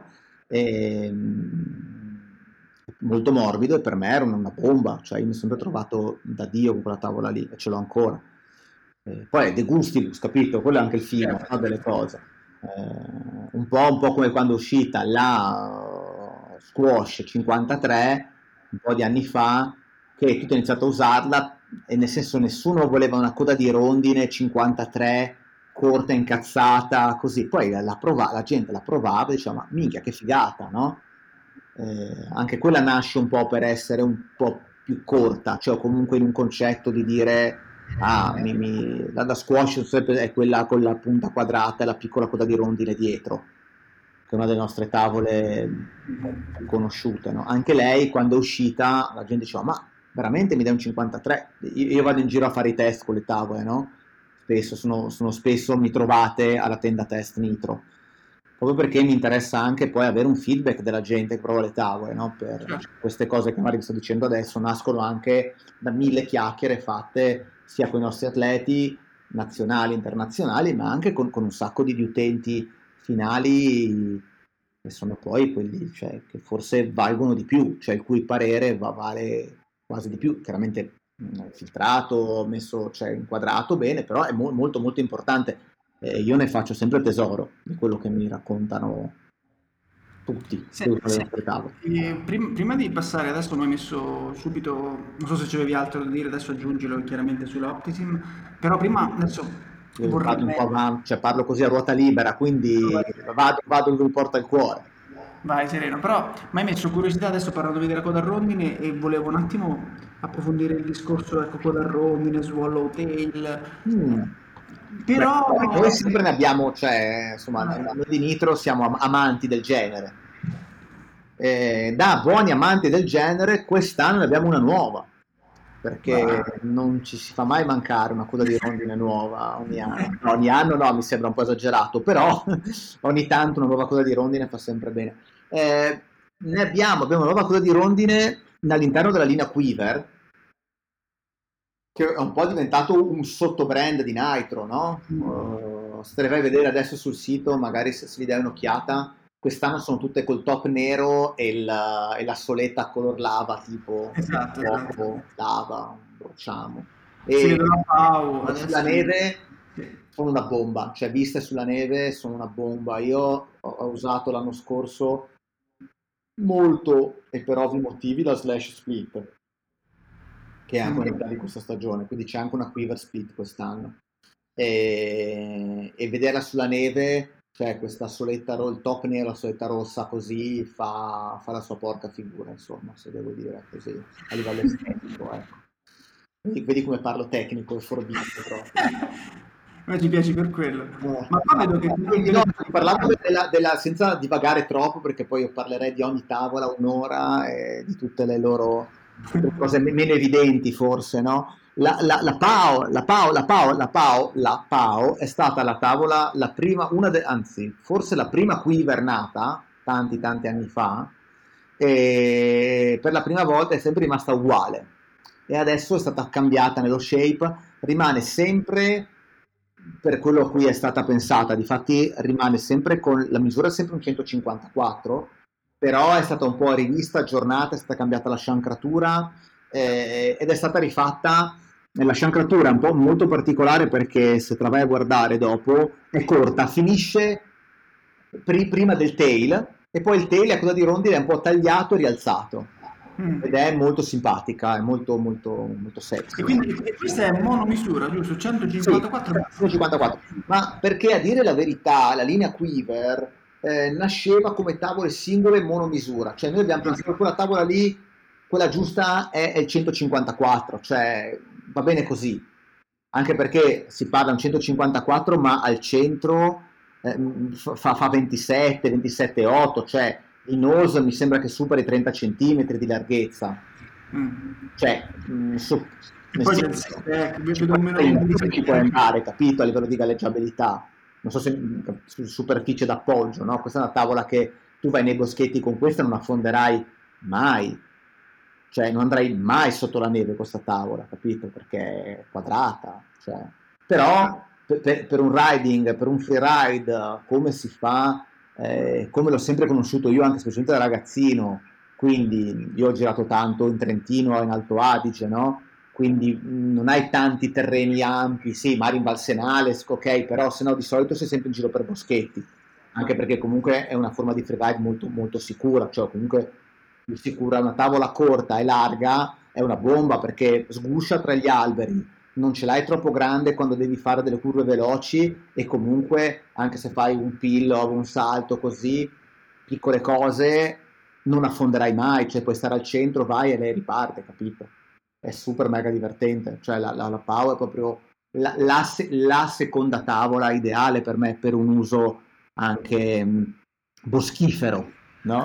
ehm, molto morbido e per me era una, una bomba, cioè io mi sono sempre trovato da Dio con quella tavola lì e ce l'ho ancora. Eh, poi è de gustibus, capito? Quello è anche il fine, Certo, no, delle certo. cose. Eh, un po', un po' come quando è uscita la uh, Squash cinquantatré, un po' di anni fa, che tutti hanno iniziato a usarla e nel senso nessuno voleva una coda di rondine cinquantatré corta, incazzata, così. Poi la, la prova- la gente la provava e diceva, ma minchia, che figata, no? Eh, anche quella nasce un po' per essere un po' più corta, cioè comunque in un concetto di dire, ah, mi, mi- la, la squash sempre è quella con la punta quadrata e la piccola coda di rondine dietro, che è una delle nostre tavole un po' più conosciute, no? Anche lei, quando è uscita, la gente diceva, ma veramente mi dai un cinquantatré. Io, io vado in giro a fare i test con le tavole, no? Spesso, sono, sono spesso, mi trovate alla tenda test Nitro, proprio perché mi interessa anche poi avere un feedback della gente che prova le tavole, no? Per Certo. queste cose che magari vi sto dicendo adesso nascono anche da mille chiacchiere fatte sia con i nostri atleti nazionali, internazionali, ma anche con, con un sacco di, di utenti finali che sono poi quelli, cioè, che forse valgono di più, cioè il cui parere va, vale quasi di più, chiaramente mh, filtrato, messo, cioè inquadrato bene, però è mo- molto molto importante. Eh, io ne faccio sempre tesoro di quello che mi raccontano tutti, Se- seduti alle nostre Senti, tavole. eh, prim- prima di passare, adesso mi hai messo subito, non so se c'avevi altro da dire, adesso aggiungilo chiaramente sull'Optisim, però prima adesso Io vorrei... vado un po' avanti, cioè parlo così a ruota libera, quindi vado, vado dove mi porta il cuore. Vai sereno, però mi hai messo curiosità adesso parlandomi della coda a rondine e volevo un attimo approfondire il discorso, ecco, coda a rondine, swallowtail, Mm. Beh, però... noi noi sempre ne abbiamo, cioè, insomma, noi noi di Nitro siamo am- amanti del genere. Eh, da buoni amanti del genere, quest'anno ne abbiamo una nuova, Vai. perché non ci si fa mai mancare una coda di rondine nuova ogni anno. No, ogni anno no, mi sembra un po' esagerato, però ogni tanto una nuova coda di rondine fa sempre bene. Eh, ne abbiamo, abbiamo una nuova coda di rondine all'interno della linea Quiver, che è un po' diventato un sottobrand di Nitro, no? Uh, se te le vai a vedere adesso sul sito, magari se, se gli dai un'occhiata, quest'anno sono tutte col top nero e, il- e la soletta color lava, tipo Esatto, esatto. fuoco, lava, bruciamo. Si E vedono a Pau sulla adesso. neve Sì. sono una bomba, cioè viste sulla neve sono una bomba. Io ho, ho usato l'anno scorso molto, e per ovvi motivi, la Slash Split, che è anche una Mm. novità di questa stagione, quindi c'è anche una Quiver Split quest'anno. E, e vederla sulla neve, cioè questa soletta, ro- il top nero, la soletta rossa così, fa, fa la sua porca figura, insomma, se devo dire così, a livello estetico, ecco. Vedi, vedi come parlo tecnico e forbito proprio. Ma ti piaci per quello. Eh, Ma qua vedo che Quindi no, comunque... parlavo della, della- senza divagare troppo, perché poi io parlerei di ogni tavola un'ora e di tutte le loro tutte le cose me- meno evidenti, forse, no? La, la, la PAO, la PAO, la PAO, la PAO, la PAO è stata la tavola, la prima, una de- anzi, forse la prima Quiver nata, tanti tanti anni fa, e per la prima volta è sempre rimasta uguale. E adesso è stata cambiata nello shape, rimane sempre per quello a cui è stata pensata, difatti rimane sempre con la misura è sempre un centocinquantaquattro, però è stata un po' rivista, aggiornata, è stata cambiata la sciancratura eh, ed è stata rifatta. La sciancratura è un po' molto particolare perché se te la vai a guardare dopo è corta, finisce pri- prima del tail e poi il tail a coda di rondine è un po' tagliato e rialzato ed Mm. è molto simpatica, è molto molto molto E sexy. quindi e questa è monomisura, giusto? Sì, centocinquantaquattro basta. centocinquantaquattro. Ma perché a dire la verità, la linea Quiver eh, nasceva come tavole singole monomisura, cioè noi abbiamo pensato che quella tavola lì, quella giusta è, è il centocinquantaquattro, cioè va bene così, anche perché si parla di un centocinquantaquattro, ma al centro eh, fa, fa ventisette, ventisette virgola otto, cioè il nose mi sembra che superi i trenta centimetri di larghezza, Mm. cioè mh, so- E nel poi c'è il senso six-pack, ci vedo puoi un andare in meno di due, ci puoi six-pack. andare, capito, a livello di galleggiabilità, non so se mh, su superficie d'appoggio, no? Questa è una tavola che tu vai nei boschetti con questa e non affonderai mai, cioè non andrai mai sotto la neve questa tavola, capito? Perché è quadrata, cioè. Però per, per- per un riding, per un freeride, come si fa, eh, come l'ho sempre conosciuto io, anche specialmente da ragazzino, quindi io ho girato tanto in Trentino e in Alto Adige, no? Quindi mh, non hai tanti terreni ampi, sì, magari in Valsenales, ok, però se no di solito sei sempre in giro per boschetti, anche perché comunque è una forma di freeride molto, molto sicura, cioè comunque più sicura, una tavola corta e larga è una bomba perché sguscia tra gli alberi, non ce l'hai troppo grande quando devi fare delle curve veloci e comunque anche se fai un pillow, un salto così, piccole cose, non affonderai mai, cioè puoi stare al centro, vai e lei riparte, capito? È super mega divertente, cioè la, la, la Pau è proprio la, la, se- la seconda tavola ideale per me per un uso anche mh, boschifero, no?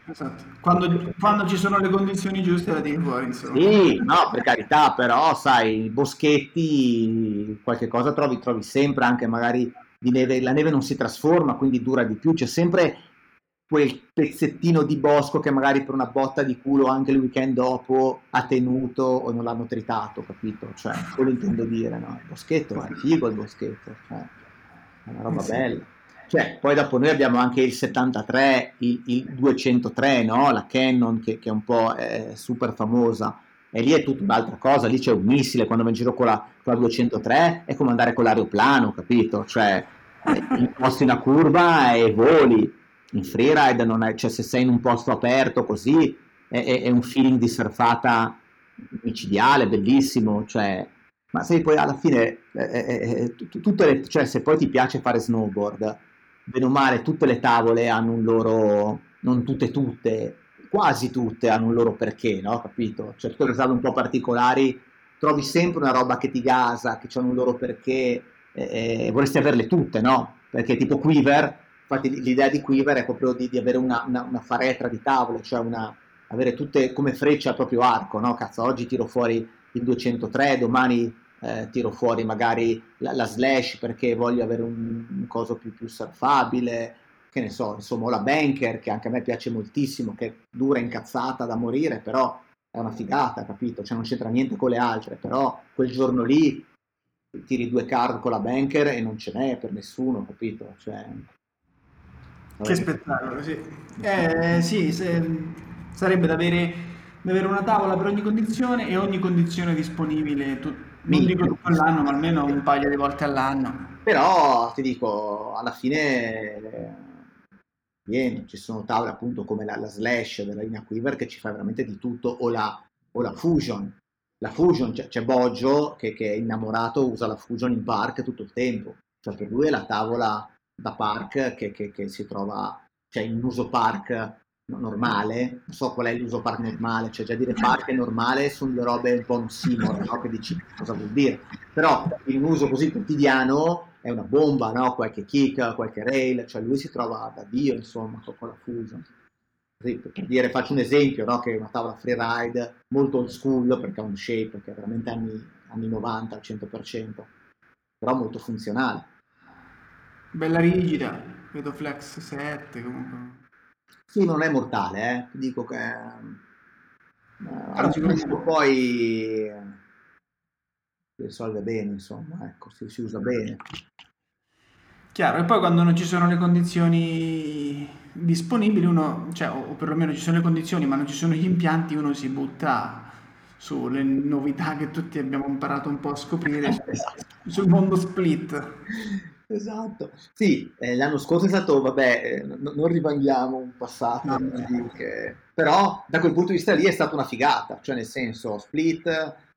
Esatto. Quando, quando ci sono le condizioni giuste la tiri fuori, insomma. Sì, no, per carità, però sai, i boschetti, qualche cosa trovi, trovi sempre, anche magari di neve, la neve non si trasforma, quindi dura di più, c'è sempre quel pezzettino di bosco che magari per una botta di culo anche il weekend dopo ha tenuto o non l'hanno tritato, capito? Cioè, quello intendo dire, no? Il boschetto è figo il boschetto, cioè, è una Eh roba sì. bella. Cioè, poi dopo noi abbiamo anche il settantatré, il, il duecentotré, no? La Canon che, che è un po' è super famosa. E lì è tutta un'altra cosa, lì c'è un missile, quando vai in giro con la, con la duecentotré è come andare con l'aeroplano, capito? Cioè, eh, imposti una curva e voli. In freeride non è, cioè se sei in un posto aperto così è, è- è un feeling di surfata micidiale, bellissimo, cioè, ma sai poi alla fine eh, eh, eh, tu- tu- tutte le, cioè se poi ti piace fare snowboard, bene o male tutte le tavole hanno un loro, non tutte tutte, quasi tutte hanno un loro perché, no? Capito? Cioè tutte le tavole un po' particolari trovi sempre una roba che ti gasa, che hanno un loro perché, eh, eh, vorresti averle tutte, no? Perché tipo Quiver, infatti l'idea di Quiver è proprio di, di avere una, una, una faretra di tavole, cioè una, avere tutte come freccia al proprio arco, no? Cazzo, oggi tiro fuori il duecentotré, domani eh, tiro fuori magari la, la slash perché voglio avere un, un coso più, più surfabile, che ne so, insomma, o la banker che anche a me piace moltissimo, che dura incazzata da morire, però è una figata, capito? Cioè non c'entra niente con le altre, però quel giorno lì tiri due card con la banker e non ce n'è per nessuno, capito? Cioè, Che vabbè, spettacolo, sì. nessuno. Eh, sì, se- sarebbe da avere, da avere una tavola per ogni condizione e ogni condizione disponibile, tu- non dico Minchia. tutto l'anno, ma almeno un paio di volte all'anno. Però ti dico, alla fine eh, viene, ci sono tavole appunto come la, la Slash della linea Quiver che ci fa veramente di tutto, o la, o la Fusion. La Fusion, c'è, c'è Boggio che, che è innamorato, usa la Fusion in park tutto il tempo. Cioè per lui è la tavola da park che, che- che si trova, cioè in uso park no- normale, non so qual è l'uso park normale, cioè già dire park è normale sono due robe un po' un simile, no? Che dici cosa vuol dire? Però in un uso così quotidiano è una bomba, no? Qualche kick, qualche rail, cioè lui si trova da Dio, insomma, con la Fusion. Così, per dire, faccio un esempio, no? Che è una tavola freeride molto old school perché ha un shape che è veramente anni, anni novanta al cento per cento, però molto funzionale. Bella rigida, vedo Flex sette comunque. Sì, non è mortale, eh. Ti dico che eh, Però all'uso sicuramente. poi eh, si risolve bene, insomma, ecco, si, si usa bene. Chiaro, e poi quando non ci sono le condizioni disponibili, uno, cioè, o o perlomeno ci sono le condizioni, ma non ci sono gli impianti, uno si butta sulle novità che tutti abbiamo imparato un po' a scoprire su- Esatto. sul mondo split. Esatto. Sì, eh, l'anno scorso è stato, vabbè, eh, n- non rivanghiamo un passato, No, così che- però da quel punto di vista lì è stata una figata, cioè nel senso, Split,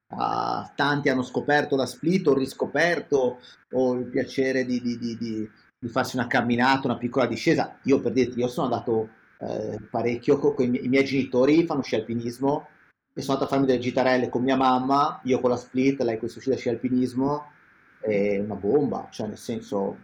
ah, tanti hanno scoperto la Split o riscoperto o il piacere di, di- di- di- di farsi una camminata, una piccola discesa. Io per dirti, io sono andato eh, parecchio co- con i miei, i miei genitori, fanno sci alpinismo e sono andato a farmi delle gitarelle con mia mamma, io con la Split, lei con i suoi sci da sci alpinismo è una bomba, cioè nel senso,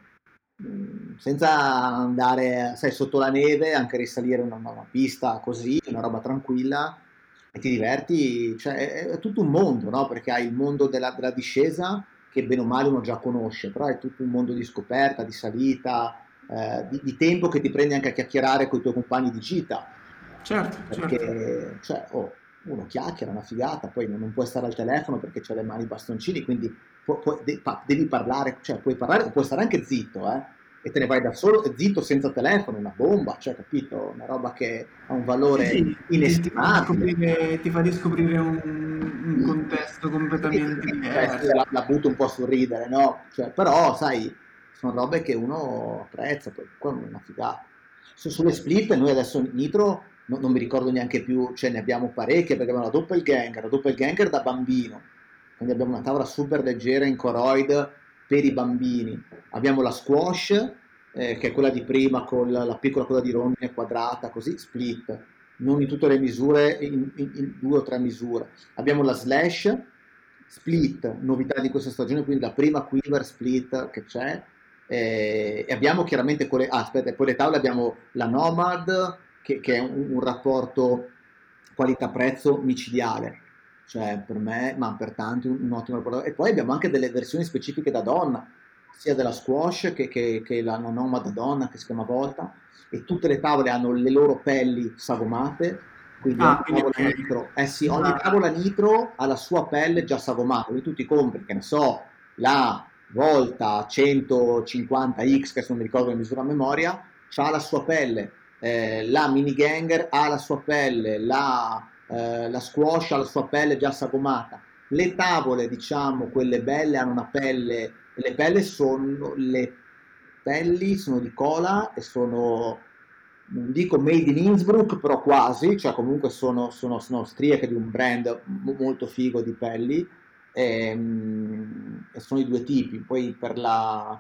mh, senza andare, sai, sotto la neve, anche risalire una, una pista così, una roba tranquilla, e ti diverti, cioè è, è tutto un mondo, no? Perché hai il mondo della, della discesa, che bene o male uno già conosce, però è tutto un mondo di scoperta, di salita, eh, di, di tempo che ti prendi anche a chiacchierare con i tuoi compagni di gita, certo, certo. perché cioè, oh, uno chiacchiera, una figata, poi non, non puoi stare al telefono perché c'è le mani bastoncini, quindi pu- pu- de- pa- devi parlare, cioè puoi parlare, puoi stare anche zitto, eh, e te ne vai da solo, zitto senza telefono, una bomba, cioè, capito? Una roba che ha un Sì, valore sì, ti, ti fa inestimabile. riscoprire, ti fa riscoprire un, un Sì, contesto sì, completamente cioè, sì, diverso. la, la butto un po' sul ridere, no? Cioè, però, sai, sono robe che uno apprezza, poi qua è una figata. Su- sulle split noi adesso Nitro no- non mi ricordo neanche più, ce ne abbiamo parecchie perché abbiamo la doppelganger, la doppelganger da bambino, quindi abbiamo una tavola super leggera in coroid per i bambini. Abbiamo la squash, eh, che è quella di prima con la, la piccola coda di rondine quadrata, così split, non in tutte le misure, in, in- in due o tre misure. Abbiamo la slash, split, novità di questa stagione, quindi la prima quiver split che c'è. Eh, e abbiamo chiaramente quelle, ah, aspetta, poi le tavole abbiamo la Nomad, che, che è un, un rapporto qualità-prezzo micidiale, cioè per me, ma per tanti un, un ottimo rapporto. E poi abbiamo anche delle versioni specifiche da donna, sia della squash che, che, che la nomad donna che si chiama Volta, e tutte le tavole hanno le loro pelli sagomate, quindi Ah, ogni quindi tavola ok. nitro, eh sì, ogni Ah, tavola nitro ha la sua pelle già sagomata, quindi tu ti compri, che ne so, la Volta centocinquanta X, che adesso non mi ricordo la misura a memoria, ha la sua pelle, eh, la Mini Ganger ha la sua pelle, la, eh, la Squash ha la sua pelle già sagomata. Le tavole, diciamo, quelle belle hanno una pelle, le pelle sono, le pelli sono di cola e sono, non dico made in Innsbruck, però quasi, cioè comunque sono, sono, sono striche di un brand mo- molto figo di pelli, e, e sono i due tipi. Poi per la...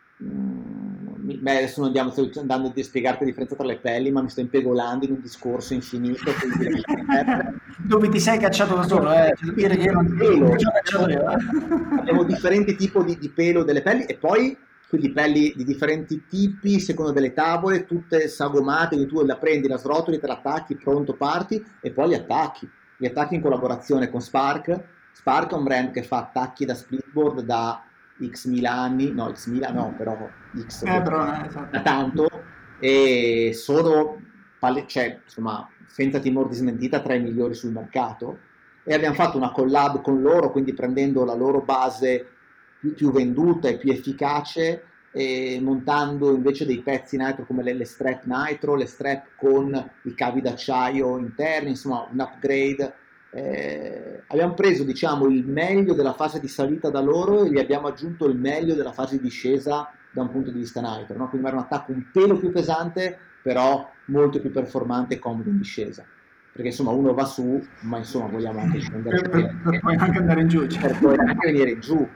mm, mi- beh, adesso non andiamo, sto andando a spiegarti la differenza tra le pelli, ma mi sto impegolando in un discorso infinito, quindi lasciamo perdere. dove ti sei cacciato da solo, eh? C'è da Sì, dire che io il non non mi pelo, ci ho cacciato abbiamo, io, eh? abbiamo differenti tipi di, di pelo delle pelli e poi quindi pelli di differenti tipi secondo delle tavole, tutte sagomate, quindi tu la prendi, la srotoli, te la attacchi, pronto, parti e poi li attacchi. Li attacchi in collaborazione con Spark. Spark è un brand che fa attacchi da splitboard da X mila anni, no, X mila no, però X Eh, vuol però, dire eh, da esatto. tanto e sono, pale- cioè, insomma, senza timore di smentita, tra i migliori sul mercato e abbiamo fatto una collab con loro, quindi prendendo la loro base più, più venduta e più efficace e montando invece dei pezzi nitro come le, le strap nitro, le strap con i cavi d'acciaio interni, insomma un upgrade. Eh, abbiamo preso diciamo il meglio della fase di salita da loro e gli abbiamo aggiunto il meglio della fase di discesa da un punto di vista nitro, no? Quindi era un attacco un pelo più pesante però molto più performante e comodo in discesa perché insomma uno va su, ma insomma vogliamo anche scenderci Per, per- per bene, poi anche andare in giù, cioè. per poi anche venire in giù.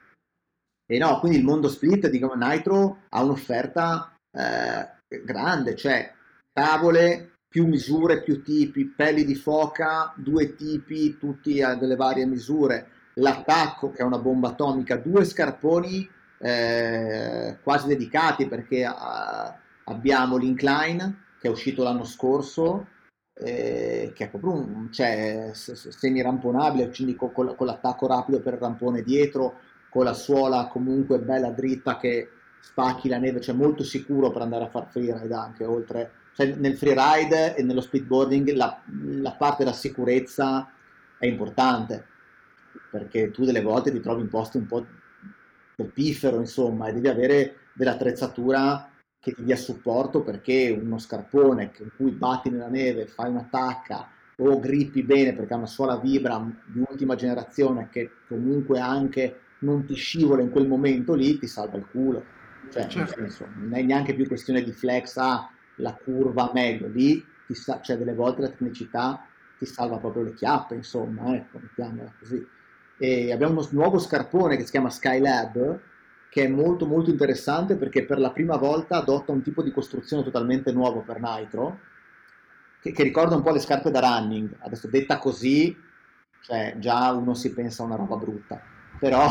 E no, quindi il mondo split, diciamo, Nitro ha un'offerta eh, grande, cioè tavole, più misure, più tipi, pelli di foca, due tipi, tutti a delle varie misure, l'attacco che è una bomba atomica, due scarponi eh, quasi dedicati perché eh, abbiamo l'Incline che è uscito l'anno scorso, eh, che è proprio un, cioè, s- s- semi-ramponabile, quindi con, con con l'attacco rapido per il rampone dietro, con la suola comunque bella dritta che spacchi la neve, cioè molto sicuro per andare a far freeride anche, oltre, cioè nel freeride e nello speedboarding la, la parte della sicurezza è importante, perché tu delle volte ti trovi in posti un po' del piffero, insomma, e devi avere dell'attrezzatura che ti dia supporto perché uno scarpone con cui batti nella neve, fai un'attacca o grippi bene perché ha una suola Vibram di ultima generazione che comunque anche non ti scivola in quel momento lì, ti salva il culo. Cioè, nel Certo. senso, non è neanche più questione di flex, ah, la curva meglio, lì ti sa- cioè delle volte la tecnicità ti salva proprio le chiappe, insomma, ecco, mettiamola così. E abbiamo uno nuovo scarpone che si chiama Skylab, che è molto molto interessante perché per la prima volta adotta un tipo di costruzione totalmente nuovo per Nitro, che, che ricorda un po' le scarpe da running. Adesso detta così, cioè già uno si pensa a una roba brutta, però,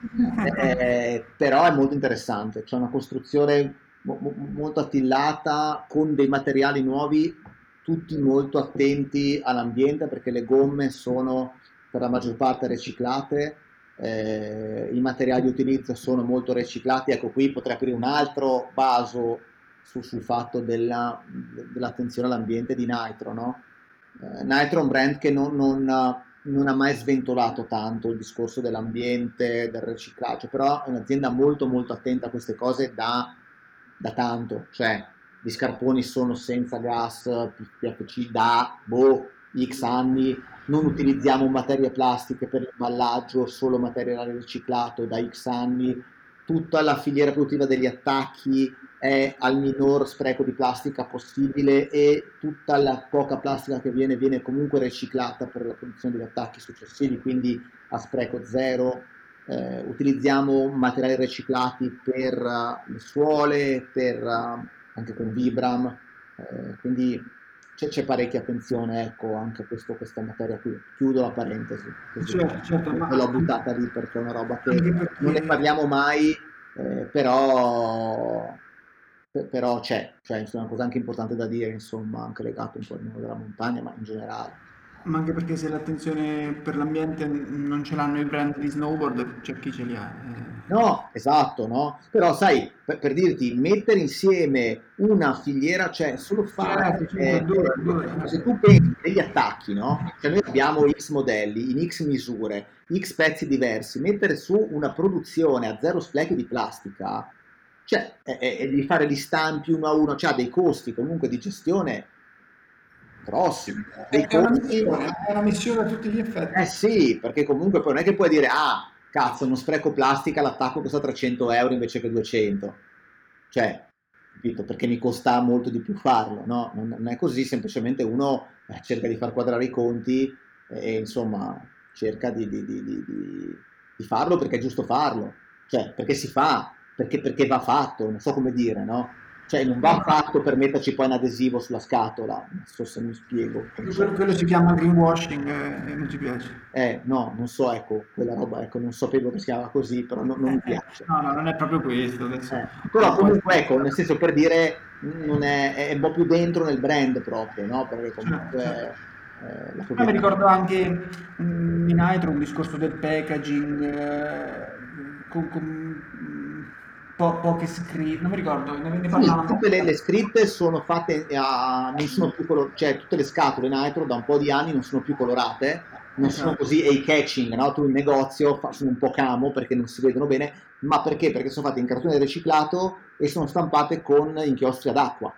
eh, però è molto interessante. C'è una costruzione mo- mo- molto attillata con dei materiali nuovi, tutti molto attenti all'ambiente perché le gomme sono per la maggior parte riciclate, eh, i materiali di utilizzo sono molto riciclati. Ecco, qui potrei aprire un altro vaso su- sul fatto della- dell'attenzione all'ambiente di Nitro, no? Eh, Nitro è un brand che non, non, non ha mai sventolato tanto il discorso dell'ambiente, del riciclaggio, però è un'azienda molto molto attenta a queste cose da, da tanto, cioè gli scarponi sono senza gas, P F C da boh, X anni, non utilizziamo materie plastiche per l'imballaggio, solo materiale riciclato da X anni, tutta la filiera produttiva degli attacchi è al minor spreco di plastica possibile e tutta la poca plastica che viene viene comunque riciclata per la produzione degli attacchi successivi, quindi a spreco zero. Eh, utilizziamo materiali riciclati per uh, le suole, per, uh, anche con Vibram, eh, quindi c'è, c'è parecchia attenzione ecco, anche a questo, questa materia qui. Chiudo la parentesi, così Certo, certo, e ma l'ho buttata lì perché è una roba che anche non ne perché parliamo mai, eh, però P- però c'è, cioè, insomma, è una cosa anche importante da dire, insomma, anche legato un po' al mondo della montagna, ma in generale. Ma anche perché se l'attenzione per l'ambiente non ce l'hanno i brand di snowboard, c'è chi ce li ha. eh. No, esatto, no? Però sai, per, per dirti, mettere insieme una filiera, cioè solo Certo, fare, certo, è eh, duro, è duro. eh, se tu pensi degli attacchi, no? Cioè noi abbiamo X modelli, in X misure, X pezzi diversi, mettere su una produzione a zero sprechi di plastica, cioè, è, è- è di fare gli stampi uno a uno, cioè ha dei costi comunque di gestione grossi, dei È una costi. missione, è una missione a tutti gli Eh effetti. sì, perché comunque poi non è che puoi dire, ah, cazzo, non spreco plastica, l'attacco costa trecento euro invece che duecento. Cioè, capito? Perché mi costa molto di più farlo, no? Non, non è così, semplicemente uno eh, cerca di far quadrare i conti e, insomma cerca di, di- di- di- di- di farlo perché è giusto farlo, cioè perché si fa, perché, perché va fatto, non so come dire, no? Cioè non No, va fatto per metterci poi un adesivo sulla scatola, non so se mi spiego il no, quello, concetto. quello si chiama greenwashing eh, e non ci piace. Eh, no, non so, ecco, quella roba, ecco, non sapevo che si chiama così, però non, non mi piace. No, no, non è proprio questo adesso. Eh, però Un po' comunque, ecco, esagerato. nel senso per dire, non è, è un po' più dentro nel brand proprio, no? Perché Certo, certo. comunque eh, la Poi mi proprietà. ricordo anche mm, in Nitro un discorso del packaging, eh, con, con, mm, po- poche scritte, non mi ricordo, ne, ne Sì, parlavano. tutte le, le scritte sono fatte a, non sono più colorate, cioè tutte le scatole Nitro da un po' di anni non sono più colorate, non sono Esatto. così eye-catching, no? Tu in negozio fa- sono un po' camo perché non si vedono bene, ma perché? Perché sono fatte in cartone riciclato e sono stampate con inchiostri ad acqua.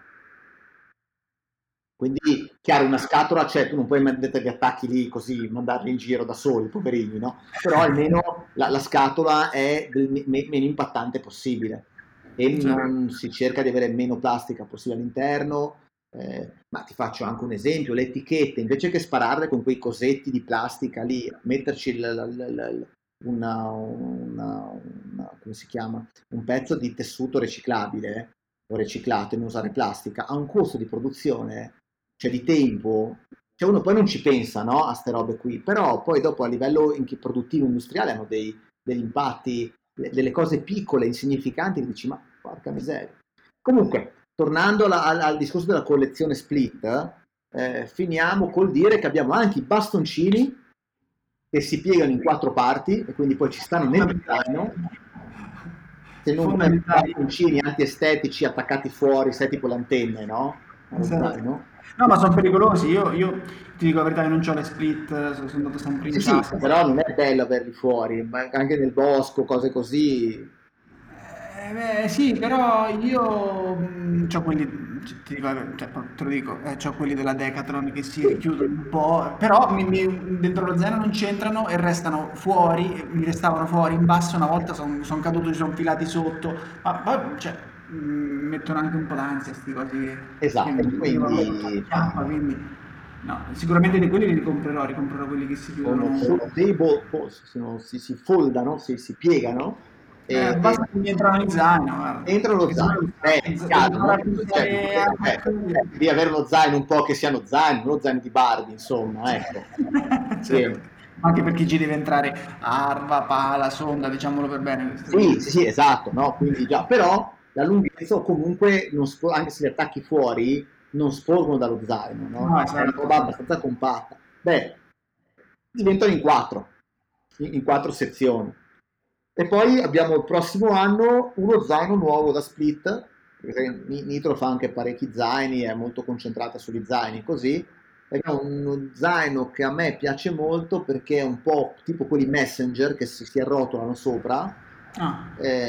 Quindi, chiaro, una scatola, cioè tu non puoi mettere gli attacchi lì così, mandarli in giro da soli, poverini, no? Però almeno la, la scatola è del me- me- meno impattante possibile e Certo. non si cerca di avere meno plastica possibile all'interno. Eh, ma ti faccio anche un esempio, le etichette, invece che spararle con quei cosetti di plastica lì, metterci il- il- il- il- una, una- una- come si chiama? Un pezzo di tessuto riciclabile o riciclato e non usare plastica, ha un costo di produzione, cioè di tempo, cioè uno poi non ci pensa, no, a ste robe qui, però poi dopo a livello in- produttivo industriale hanno dei, degli impatti, de- delle cose piccole, insignificanti, che dici, ma porca miseria. Comunque, tornando alla- al, al discorso della collezione split, eh, finiamo col dire che abbiamo anche i bastoncini che si piegano in quattro parti e quindi poi ci stanno nel Fondamentali. zaino, se non vuoi Fondamentali. bastoncini antiestetici attaccati fuori, sai tipo le antenne, no? Allo Esatto. zaino. No, ma sono pericolosi. Io, io ti dico la verità, io non ho le split, sono sono andato sempre in Sì, sì, chassis. però non è bello averli fuori, ma anche nel bosco, cose così. Eh, beh, sì, però io ho quelli, ci- ti dico, cioè, te lo dico, ho quelli della Decathlon che si richiudono un po', però mi- mi- dentro lo zaino non c'entrano e restano fuori, mi restavano fuori in basso, una volta sono caduto, ci sono filati sotto, ma poi cioè, mh, mettono anche un po' d'ansia questi cosi che Esatto, mi vanno tutto a quindi chiappa, quindi no, sicuramente di quelli li ricomprerò, ricomprerò quelli che si sono chiudono. foldable, fo- sono- si, si foldano, si, si piegano Eh, e, e basta che mi entrano in zaino, guarda. entrano Perché lo sennò zaino. devo, Beh, devo chiaro, no? imparare a Cioè, usare eh, anche quello. devi avere uno zaino un po' che sia uno zaino, non lo zaino di Barbie, insomma, ecco. Certo, Sì. ma anche per chi ci deve entrare arpa, pala, sonda, diciamolo per bene questo qui. Sì, sì, sì, esatto, no? Quindi già, però la lunghezza o comunque, non spo- anche se li attacchi fuori, non sporgono dallo zaino, no? No, È una esatto, roba esatto. abbastanza compatta. Beh, diventano in quattro, in, in quattro sezioni. E poi abbiamo il prossimo anno uno zaino nuovo da split, perché Ni- Nitro fa anche parecchi zaini, è molto concentrata sugli zaini, così. Abbiamo uno zaino che a me piace molto perché è un po' tipo quelli Messenger che si, si arrotolano sopra, Ah,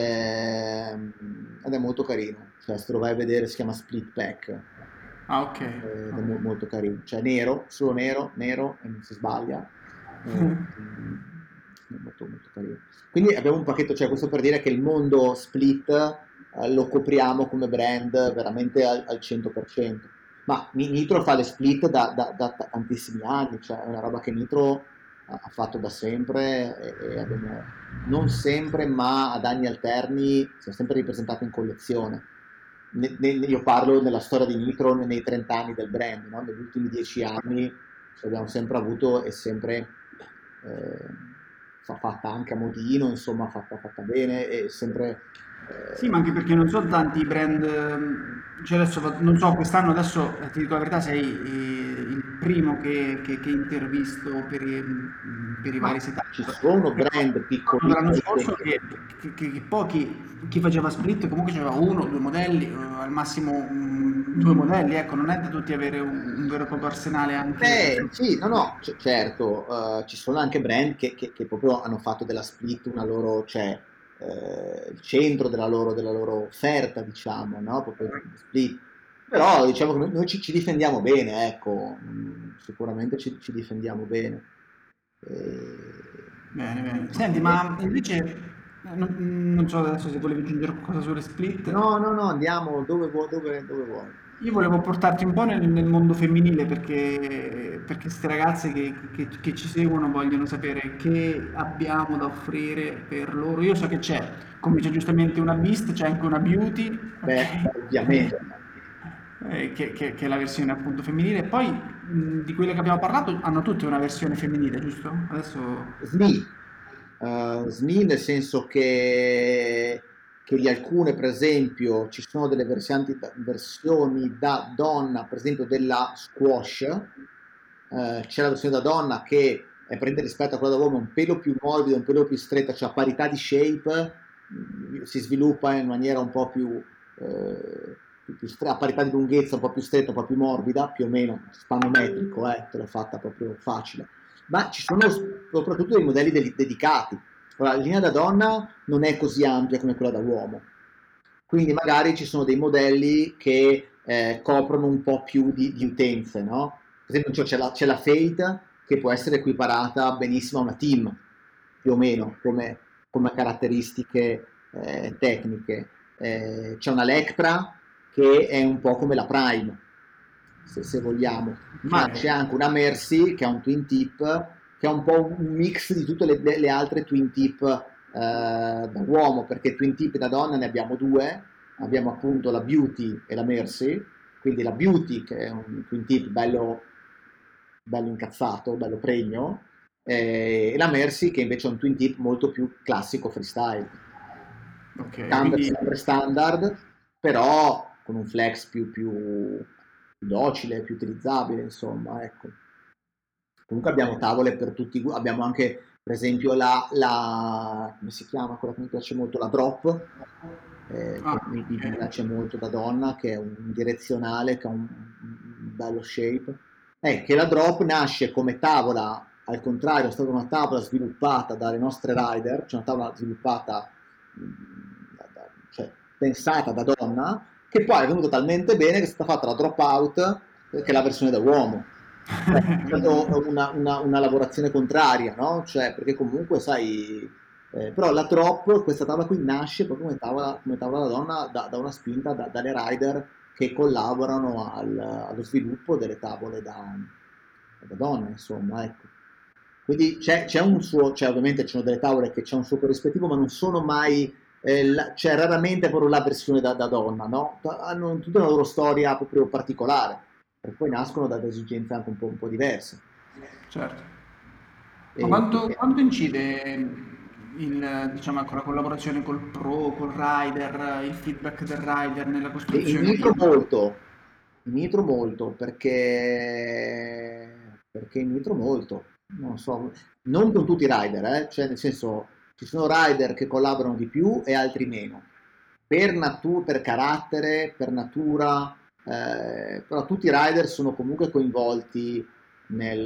ehm, ed è molto carino. Cioè, se te lo vai a vedere si chiama Split Pack, ah, ok. eh, ed è mo- Ok. molto carino. Cioè nero, solo nero, nero e non si sbaglia. Eh, mm, è molto, molto carino. Quindi abbiamo un pacchetto, cioè questo per dire che il mondo Split eh, lo copriamo come brand veramente al, al cento per cento. Ma Ni- Nitro fa le split da, da- da tantissimi anni, cioè è una roba che Nitro ha ha fatto da sempre e, e abbiamo non sempre, ma ad anni alterni, siamo sempre ripresentati in collezione. Ne- ne- io parlo nella storia di Nitro nei trenta anni del brand, no? Negli ultimi dieci anni abbiamo sempre avuto e sempre eh, fa- fatta anche a modino, insomma, fatta, fatta bene e sempre Sì, ma anche perché non sono tanti i brand, ehm, cioè adesso va- non so, quest'anno adesso eh, ti dico la verità, sei eh, il primo che, che, che intervisto per i, per i Ma vari ci setup. sono Però brand ricordo dell'anno piccolissimi scorso che... che, che- che- che pochi, chi faceva split comunque aveva uno, due modelli, eh, al massimo mm, due modelli, ecco, non è da tutti avere un, un vero e proprio arsenale anche... Beh, sì, no, no, c- certo, eh, ci sono anche brand che, che- che proprio hanno fatto della split una loro, cioè, eh, il centro della loro, della loro offerta, diciamo, no? Proprio il split. Però diciamo che noi, noi ci, ci difendiamo bene, ecco, mm, sicuramente ci, ci difendiamo bene. Eh, Bene, bene. Senti, ma invece, eh, non, non so adesso se volevi aggiungere qualcosa sulle split. no, no, no, andiamo dove vuoi, dove, dove vuoi. Io volevo portarti un po' nel, nel mondo femminile perché, perché queste ragazze che, che- che ci seguono vogliono sapere che abbiamo da offrire per loro. Io so che c'è, come c'è giustamente una Beast, c'è anche una Beauty, Beh, ok? ovviamente. Eh, che, che- che è la versione appunto femminile. Poi mh, di quelle che abbiamo parlato hanno tutte una versione femminile, giusto? Adesso... S M I, eh, S M I nel senso che, che di alcune, per esempio, ci sono delle versioni, versioni da donna, per esempio della squash, eh, c'è la versione da donna che è prende rispetto a quella da uomo un pelo più morbida, un pelo più stretta, cioè a parità di shape, mh, si sviluppa in maniera un po' più, eh, più, più stre- a parità di lunghezza, un po' più stretta, un po' più morbida, più o meno spannometrico, eh, te l'ho fatta proprio facile, ma ci sono soprattutto dei modelli deli- dedicati. Ora, la linea da donna non è così ampia come quella da uomo, quindi magari ci sono dei modelli che eh, coprono un po' più di, di utenze, no? Per esempio cioè, c'è la, c'è la Fate che può essere equiparata benissimo a una Team, più o meno, come, come caratteristiche eh, tecniche. Eh, c'è una Lectra che è un po' come la Prime, se, se vogliamo, ma Ok. c'è anche una Mercy che ha un twin tip che è un po' un mix di tutte le, le altre twin tip eh, da uomo, perché twin tip da donna ne abbiamo due, abbiamo appunto la Beauty e la Mercy, quindi la Beauty che è un twin tip bello, bello incazzato, bello pregno, eh, e la Mercy che invece è un twin tip molto più classico freestyle. Ok, Camber quindi sempre standard, però con un flex più, più, più docile, più utilizzabile, insomma, ecco. Comunque abbiamo tavole per tutti i gu- abbiamo anche per esempio la, la- come si chiama, quella che mi piace molto, la drop, eh, ah, che mi, mi ok. piace molto da donna, che è un direzionale, che ha un, un bello shape. Eh, che la drop nasce come tavola, al contrario, è stata una tavola sviluppata dalle nostre rider, cioè una tavola sviluppata, mh, da- da- cioè pensata da donna, che poi è venuta talmente bene che è stata fatta la drop out, eh, che è la versione da uomo. Cioè, è stata una, una- una lavorazione contraria, no? Cioè, perché comunque, sai, eh, però la drop, questa tavola qui nasce proprio come tavola, come tavola da donna da, da una spinta da- dalle rider che collaborano al- allo sviluppo delle tavole da, da donna, insomma, ecco. Quindi c'è, c'è un suo, cioè ovviamente ci sono delle tavole che c'è un suo corrispettivo, ma non sono mai, eh, la- cioè raramente proprio la versione da, da donna, no? Hanno tutta una loro storia proprio particolare, e poi nascono da esigenze anche un po', un po' diverse. Certo. Ma E, quanto, quanto incide il, diciamo, ecco, la collaborazione col pro, col rider, il feedback del rider nella e in costruzione nitro di... molto, in nitro molto, perché, perché in nitro molto, non so, non con tutti i rider, eh, cioè nel senso ci sono rider che collaborano di più e altri meno, per, natu- per carattere, per natura, eh, però tutti i rider sono comunque coinvolti nel,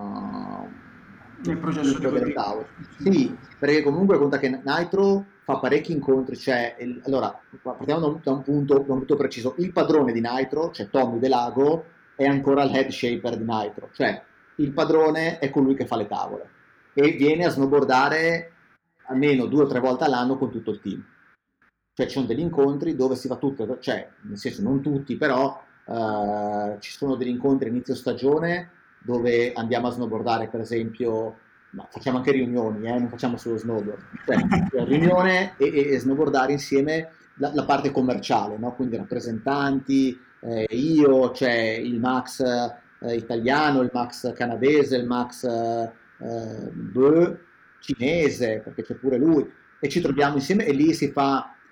nel nel processo di sviluppo delle costruzione. tavole. Sì, perché comunque conta che Nitro fa parecchi incontri, cioè, il- allora, partiamo da un, da un punto, da un punto preciso, il padrone di Nitro, cioè Tommy Delago, è ancora il head shaper di Nitro, cioè il padrone è colui che fa le tavole e viene a snowboardare almeno due o tre volte all'anno con tutto il team. Cioè ci sono degli incontri dove si fa tutto, cioè nel senso non tutti, però eh, ci sono degli incontri a inizio stagione dove andiamo a snowboardare, per esempio, ma facciamo anche riunioni, eh, non facciamo solo snowboard, cioè cioè, riunione e, e- e snowboardare insieme la, la parte commerciale, no? Quindi rappresentanti, eh, io, c'è il Max eh, italiano, il Max canadese, il Max eh, eh, cinese, perché c'è pure lui, e ci troviamo insieme e lì si fa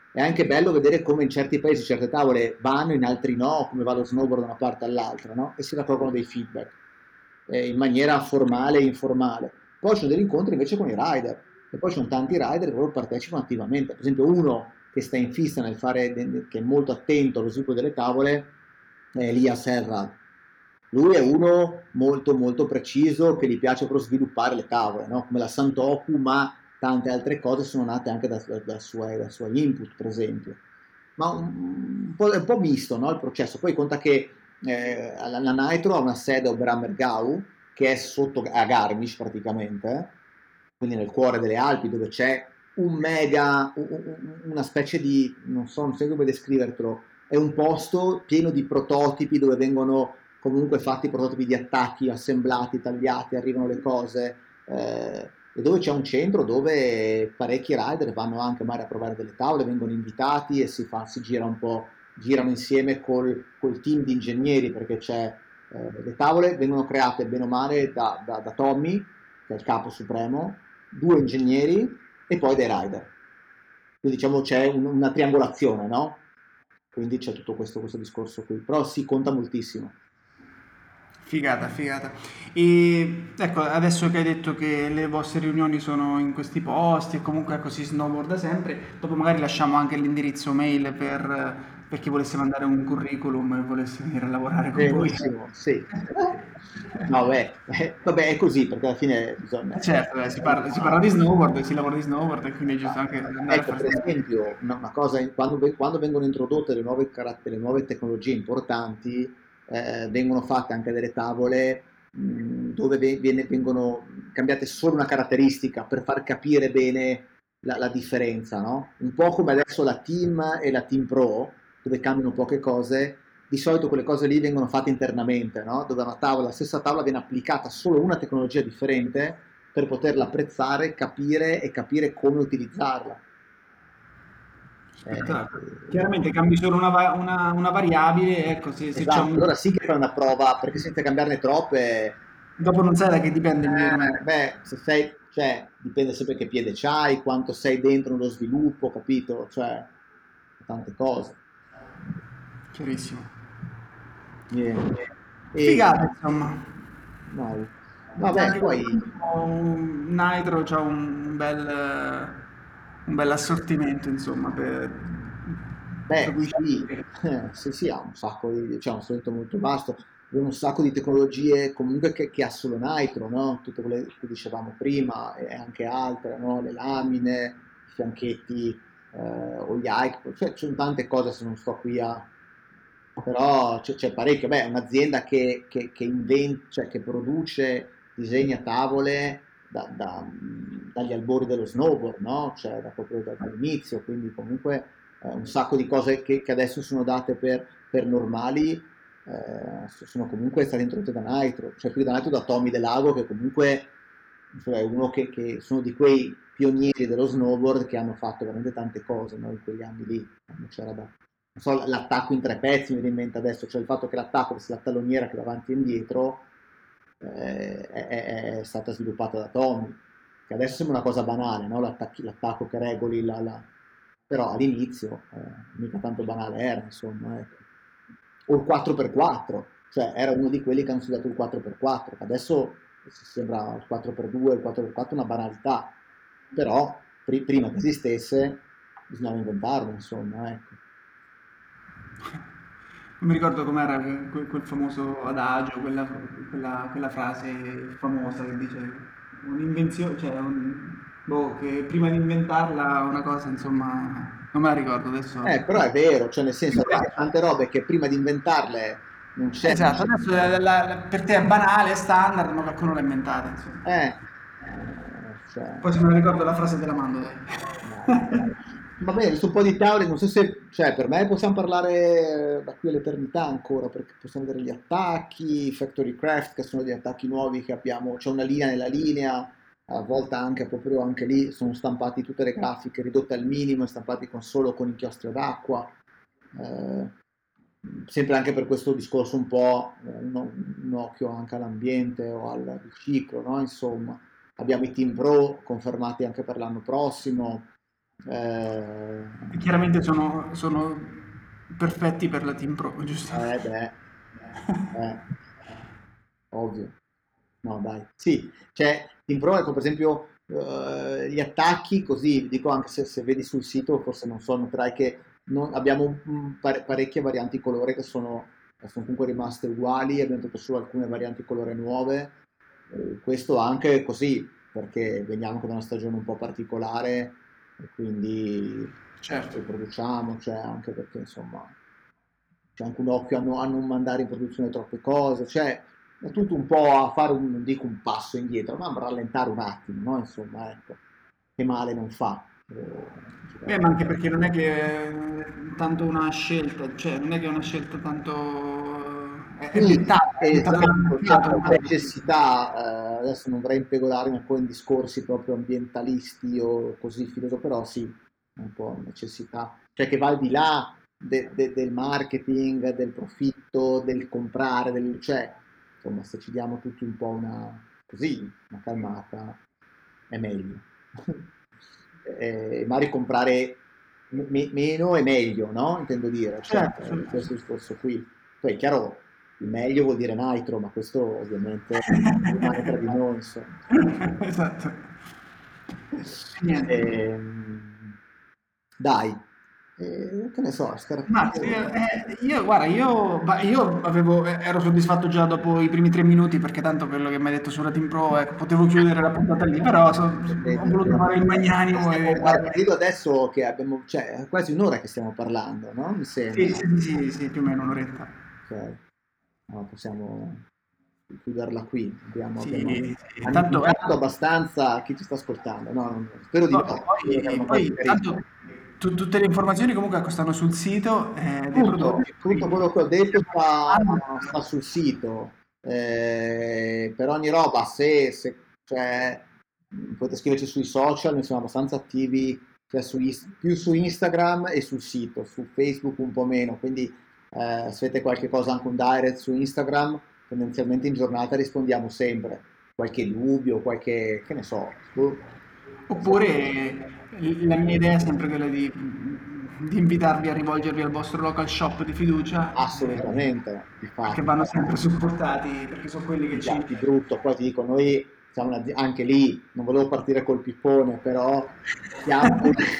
è anche bello vedere come in certi paesi certe tavole vanno, in altri no, come va lo snowboard da una parte all'altra, no? E si raccolgono dei feedback eh, in maniera formale e informale. Poi ci sono degli incontri invece con i rider, e poi ci sono tanti rider che proprio partecipano attivamente. Per esempio uno che sta in fissa nel fare, che è molto attento allo sviluppo delle tavole, è Elias Serra. Lui è uno molto molto preciso che gli piace proprio sviluppare le tavole, no? Come la Santoku, ma tante altre cose sono nate anche da, da, da, suoi, da suoi input, per esempio. Ma un, un po', è un po' misto, no, il processo. Poi conta che eh, la, la Nitro ha una sede a Oberammergau, che è sotto a Garmisch praticamente, eh, quindi nel cuore delle Alpi, dove c'è un mega, un, un, una specie di, non so, non so come descrivertelo, è un posto pieno di prototipi dove vengono comunque fatti prototipi di attacchi, assemblati, tagliati, arrivano le cose, eh, e dove c'è un centro dove parecchi rider vanno anche magari a provare delle tavole, vengono invitati e si, fa, si gira un po', girano insieme col, col team di ingegneri, perché c'è, eh, le tavole vengono create bene o male da, da, da Tommy, che è il capo supremo, due ingegneri e poi dei rider. Quindi diciamo c'è un, una triangolazione, no? Quindi c'è tutto questo, questo discorso qui, però si conta moltissimo. Figata, figata. E ecco, adesso che hai detto che le vostre riunioni sono in questi posti e comunque ecco, si snowboarda sempre, dopo magari lasciamo anche l'indirizzo mail per, per chi volesse mandare un curriculum e volesse venire a lavorare con voi. Benissimo, sì. No, beh, eh, vabbè, è così perché alla fine bisogna... Eh certo, eh, si parla, si parla di snowboard, si lavora di snowboard e quindi è giusto anche andare a Ecco, fare per snowboard. esempio, una, una cosa, quando, quando vengono introdotte le nuove, caratter- le nuove tecnologie importanti, eh, vengono fatte anche delle tavole mh, dove ve- viene- vengono cambiate solo una caratteristica per far capire bene la, la differenza, no? Un po' come adesso la Team e la Team Pro, dove cambiano poche cose, di solito quelle cose lì vengono fatte internamente, no? Dove una tavola, la stessa tavola viene applicata solo una tecnologia differente per poterla apprezzare, capire e capire come utilizzarla. Eh, Spettacolo. Chiaramente cambi solo una, va- una- una variabile, ecco, se, se c'è esatto, un... allora sì che fai una prova, perché senza cambiarne troppe, Dopo non sai da che dipende il eh, miglioramento. beh, se sei, cioè, dipende sempre che piede c'hai, quanto sei dentro nello sviluppo, capito? Cioè, tante cose. Chiarissimo. Niente. E, Figata, insomma. no, vabbè, Anche poi, un Nitro c'ha un bel, eh, un bel assortimento, insomma, per, per beh, cui sì, eh, sì, sì, ha un sacco di, cioè, un strumento molto vasto, abbiamo un sacco di tecnologie comunque che, che ha solo Nitro, no? Tutte quelle che dicevamo prima e anche altre, no? Le lamine, i fianchetti, eh, o gli hike, cioè, ci sono tante cose se non sto qui a... però c'è, c'è parecchio, beh, è un'azienda che, che, che inventa, cioè che produce, disegna tavole da- da- dagli albori dello snowboard, no? Cioè da, proprio da- dall'inizio, quindi comunque eh, un sacco di cose che, che adesso sono date per, per normali, eh, sono comunque state introdotte da Nitro, cioè più da Nitro da Tommy Delago che comunque cioè, è uno che, che sono di quei pionieri dello snowboard che hanno fatto veramente tante cose, no? In quegli anni lì, quando c'era da... Non so, l'attacco in tre pezzi mi viene in mente adesso, cioè il fatto che l'attacco sia la talloniera che va avanti e indietro eh, è, è- è stata sviluppata da Tommy, che adesso sembra una cosa banale, no? L'attacchi- l'attacco che regoli la, la- però all'inizio eh, mica tanto banale era, insomma, ecco. O il quattro per quattro, cioè era uno di quelli che hanno studiato il quattro per quattro, che adesso sembra il quattro per due, il quattro per quattro una banalità, però pri- prima che esistesse bisognava inventarlo, insomma, ecco. non mi ricordo com'era quel, quel famoso adagio, quella, quella, quella frase famosa che dice un'invenzione, cioè un, boh, che prima di inventarla una cosa, insomma, non me la ricordo adesso. Eh, però è vero, cioè nel senso Però, adesso tante robe che prima di inventarle non c'è, non esatto, c'è. adesso la- la- la- per te è banale, è standard, ma qualcuno l'ha inventata, insomma. Eh, eh, cioè, Poi se me la ricordo la frase te la mando, dai. no. Va bene, su un po' di tavole, non so se, cioè per me possiamo parlare eh, da qui all'eternità ancora, perché possiamo vedere gli attacchi, i Factory Craft, che sono degli attacchi nuovi che abbiamo, c'è una linea nella linea, a volte anche proprio anche lì sono stampati tutte le grafiche ridotte al minimo, e stampati con, solo con inchiostri ad acqua. Eh, sempre anche per questo discorso un po' eh, un, un occhio anche all'ambiente o al riciclo, no? Insomma, abbiamo i team pro confermati anche per l'anno prossimo, Eh, E chiaramente sono, sono perfetti per la Team Pro, giusto? eh, beh, eh, ovvio. No, dai. Sì, cioè, in pro, ecco, per esempio, eh, gli attacchi, così, dico anche se, se vedi sul sito, forse non so, noterai che non- abbiamo un- un pare- parecchie varianti colore che sono, sono comunque rimaste uguali, abbiamo tolto solo alcune varianti colore nuove, eh, questo anche così, perché veniamo da una stagione un po' particolare e quindi Certo. riproduciamo, cioè anche perché insomma c'è anche un occhio a, no- a non mandare in produzione troppe cose, cioè è tutto un po' a fare un, non dico un passo indietro, ma a rallentare un attimo, no? Insomma, ecco, che male non fa. Eh, Beh, ma anche perché non è che è tanto una scelta, cioè non è che è una scelta tanto... è, è Sì, dettata, è dettata dal esatto, c'è mercato. questa infatti- necessità, eh, adesso non vorrei impiegarmi un po' in discorsi proprio ambientalisti o così filosofici, però sì, è un po' necessità, cioè che va al di là de- de- del marketing, del profitto, del comprare, del, cioè, insomma, se ci diamo tutti un po' una, così, una calmata, è meglio. E magari comprare me- meno è meglio, no? Intendo dire, cioè, Certo, eh, certo, questo sì. discorso qui. Poi è chiaro, il meglio vuol dire nitro, ma questo ovviamente rimane tra di noi, insomma. Esatto. E niente. Ehm, dai, eh, che ne so, Max, io, start- eh, io, guarda, io, ma io avevo, eh, ero soddisfatto già dopo i primi tre minuti perché tanto quello che mi hai detto sulla Team Pro, ecco, potevo chiudere la puntata lì, però so- ho vedi, voluto fare il magnanimo stiamo, e guarda, dare... vedo adesso che abbiamo, cioè, è quasi un'ora che stiamo parlando, no? Mi Sì, sembra. sì, sì, sì, più o meno un'oretta. Ok, no, possiamo chiuderla qui. Abbiamo, abbiamo Sì, sì, tanto, eh, annientato abbastanza chi ci sta ascoltando. No, non- spero di po- no, spero che poi, abbiano qualche poi verito. tanto tu- tutte le informazioni comunque stanno sul sito eh, dei Tutto, prodotti, tutto poi quello che ho detto sta, stiamo sta sul sito. Eh, per ogni roba, se, se- cioè, mh, potete scriverci sui social, noi siamo abbastanza attivi sia su Is- più su Instagram e sul sito, su Facebook un po' meno, quindi eh, se avete qualche cosa, anche un direct su Instagram, tendenzialmente in giornata rispondiamo sempre. Qualche dubbio, qualche, che ne so, boh, qualsiasi- Oppure l- la mia idea è sempre quella di, di invitarvi a rivolgervi al vostro local shop di fiducia, eh, assolutamente, di perché fatto. vanno sempre supportati, perché sono quelli che Di, già, ci... di brutto, poi ti dico, noi siamo una- anche lì, non volevo partire col pippone, però siamo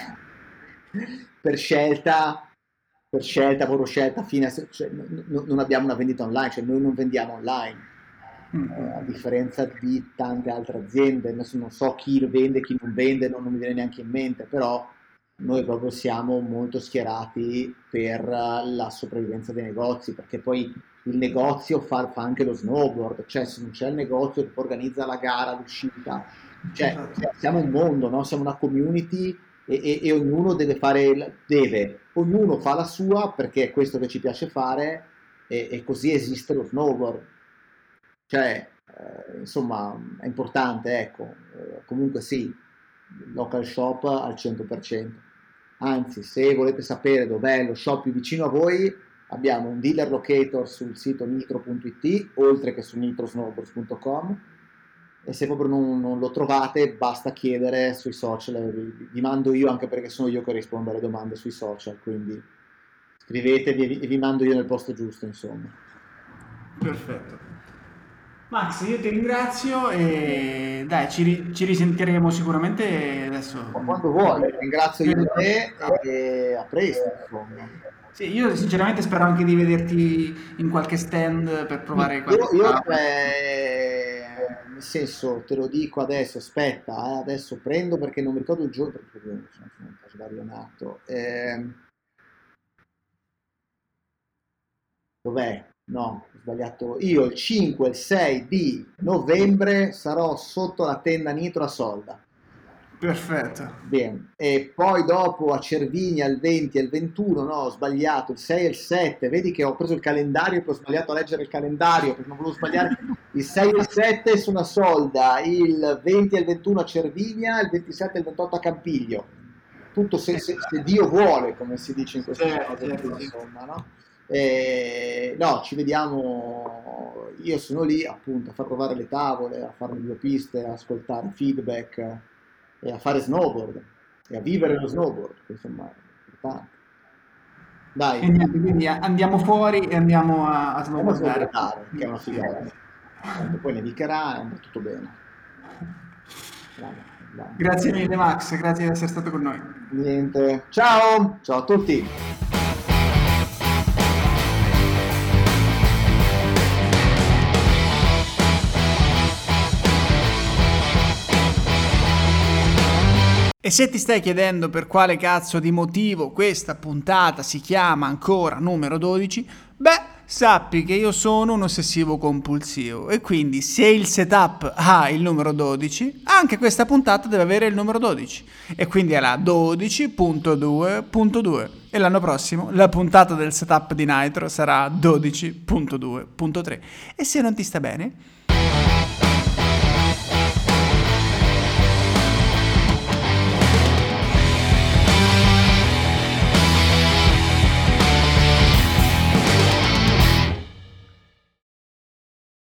per scelta, per scelta, proprio scelta, fine, cioè, n- n- non abbiamo una vendita online, cioè noi non vendiamo online, Mm, eh, a mm, mm. differenza di tante altre aziende, adesso non so chi lo vende, chi non vende, non, non mi viene neanche in mente, però noi proprio siamo molto schierati per eh, la sopravvivenza dei negozi, perché poi il negozio fa, fa anche lo snowboard, cioè se non c'è il negozio che poi organizza la gara, l'uscita, cioè Esatto. siamo un mondo, no? Siamo una community e, e- e ognuno deve fare, il- deve, ognuno fa la sua perché è questo che ci piace fare e, e così esiste lo snowboard. Cioè, eh, insomma, è importante, ecco. Eh, comunque sì, local shop al cento per cento. Anzi, se volete sapere dov'è lo shop più vicino a voi, abbiamo un dealer locator sul sito nitro punto it, oltre che su nitrosnowboards punto com. E se proprio non, non lo trovate, basta chiedere sui social, eh, vi, vi mando io, anche perché sono io che rispondo alle domande sui social, quindi scrivetevi e vi, e vi mando io nel posto giusto, insomma. Perfetto. Max, io ti ringrazio e dai, ci, ri- ci risentiremo sicuramente adesso. Ma quando vuoi, Credo, ringrazio io credo te prossima. e a presto, insomma. Sì, io sinceramente spero anche di vederti in qualche stand per Sì, provare io, qualche io, tavola. cioè, nel senso, te lo dico adesso, aspetta, eh, adesso prendo perché non mi ricordo il giorno, perché sono, sono un po' svarionato. Ehm, dov'è? No, ho sbagliato io. Il cinque e il sei di novembre sarò sotto la tenda Nitro a Solda. Perfetto. Bene, e poi dopo a Cervinia il venti e il ventuno, no, ho sbagliato, il sei e il sette, vedi che ho preso il calendario e poi ho sbagliato a leggere il calendario perché non volevo sbagliare, il sei e il sette sono a Solda, il venti e il ventuno a Cervinia, il ventisette e il ventotto a Campiglio, tutto se, se- se Dio vuole, come si dice in queste Certo, cose qui, certo, sì. insomma, no? E, no, ci vediamo, io sono lì appunto a far provare le tavole, a fare le due piste, a ascoltare feedback e a fare snowboard. e a vivere lo snowboard, che insomma è importante. E Dai, niente, quindi andiamo fuori e andiamo a, a andiamo a snowboardare. snowboardare, che è una Sì. figata. Tanto poi nevicherà e andrà tutto bene. Bravo, bravo. Grazie mille Max, grazie di essere stato con noi. Niente. Ciao, ciao a tutti. E se ti stai chiedendo per quale cazzo di motivo questa puntata si chiama ancora numero dodici, beh, sappi che io sono un ossessivo compulsivo e quindi se il setup ha il numero dodici, anche questa puntata deve avere il numero dodici e quindi è la dodici punto due punto due e l'anno prossimo la puntata del setup di Nitro sarà dodici punto due punto tre e se non ti sta bene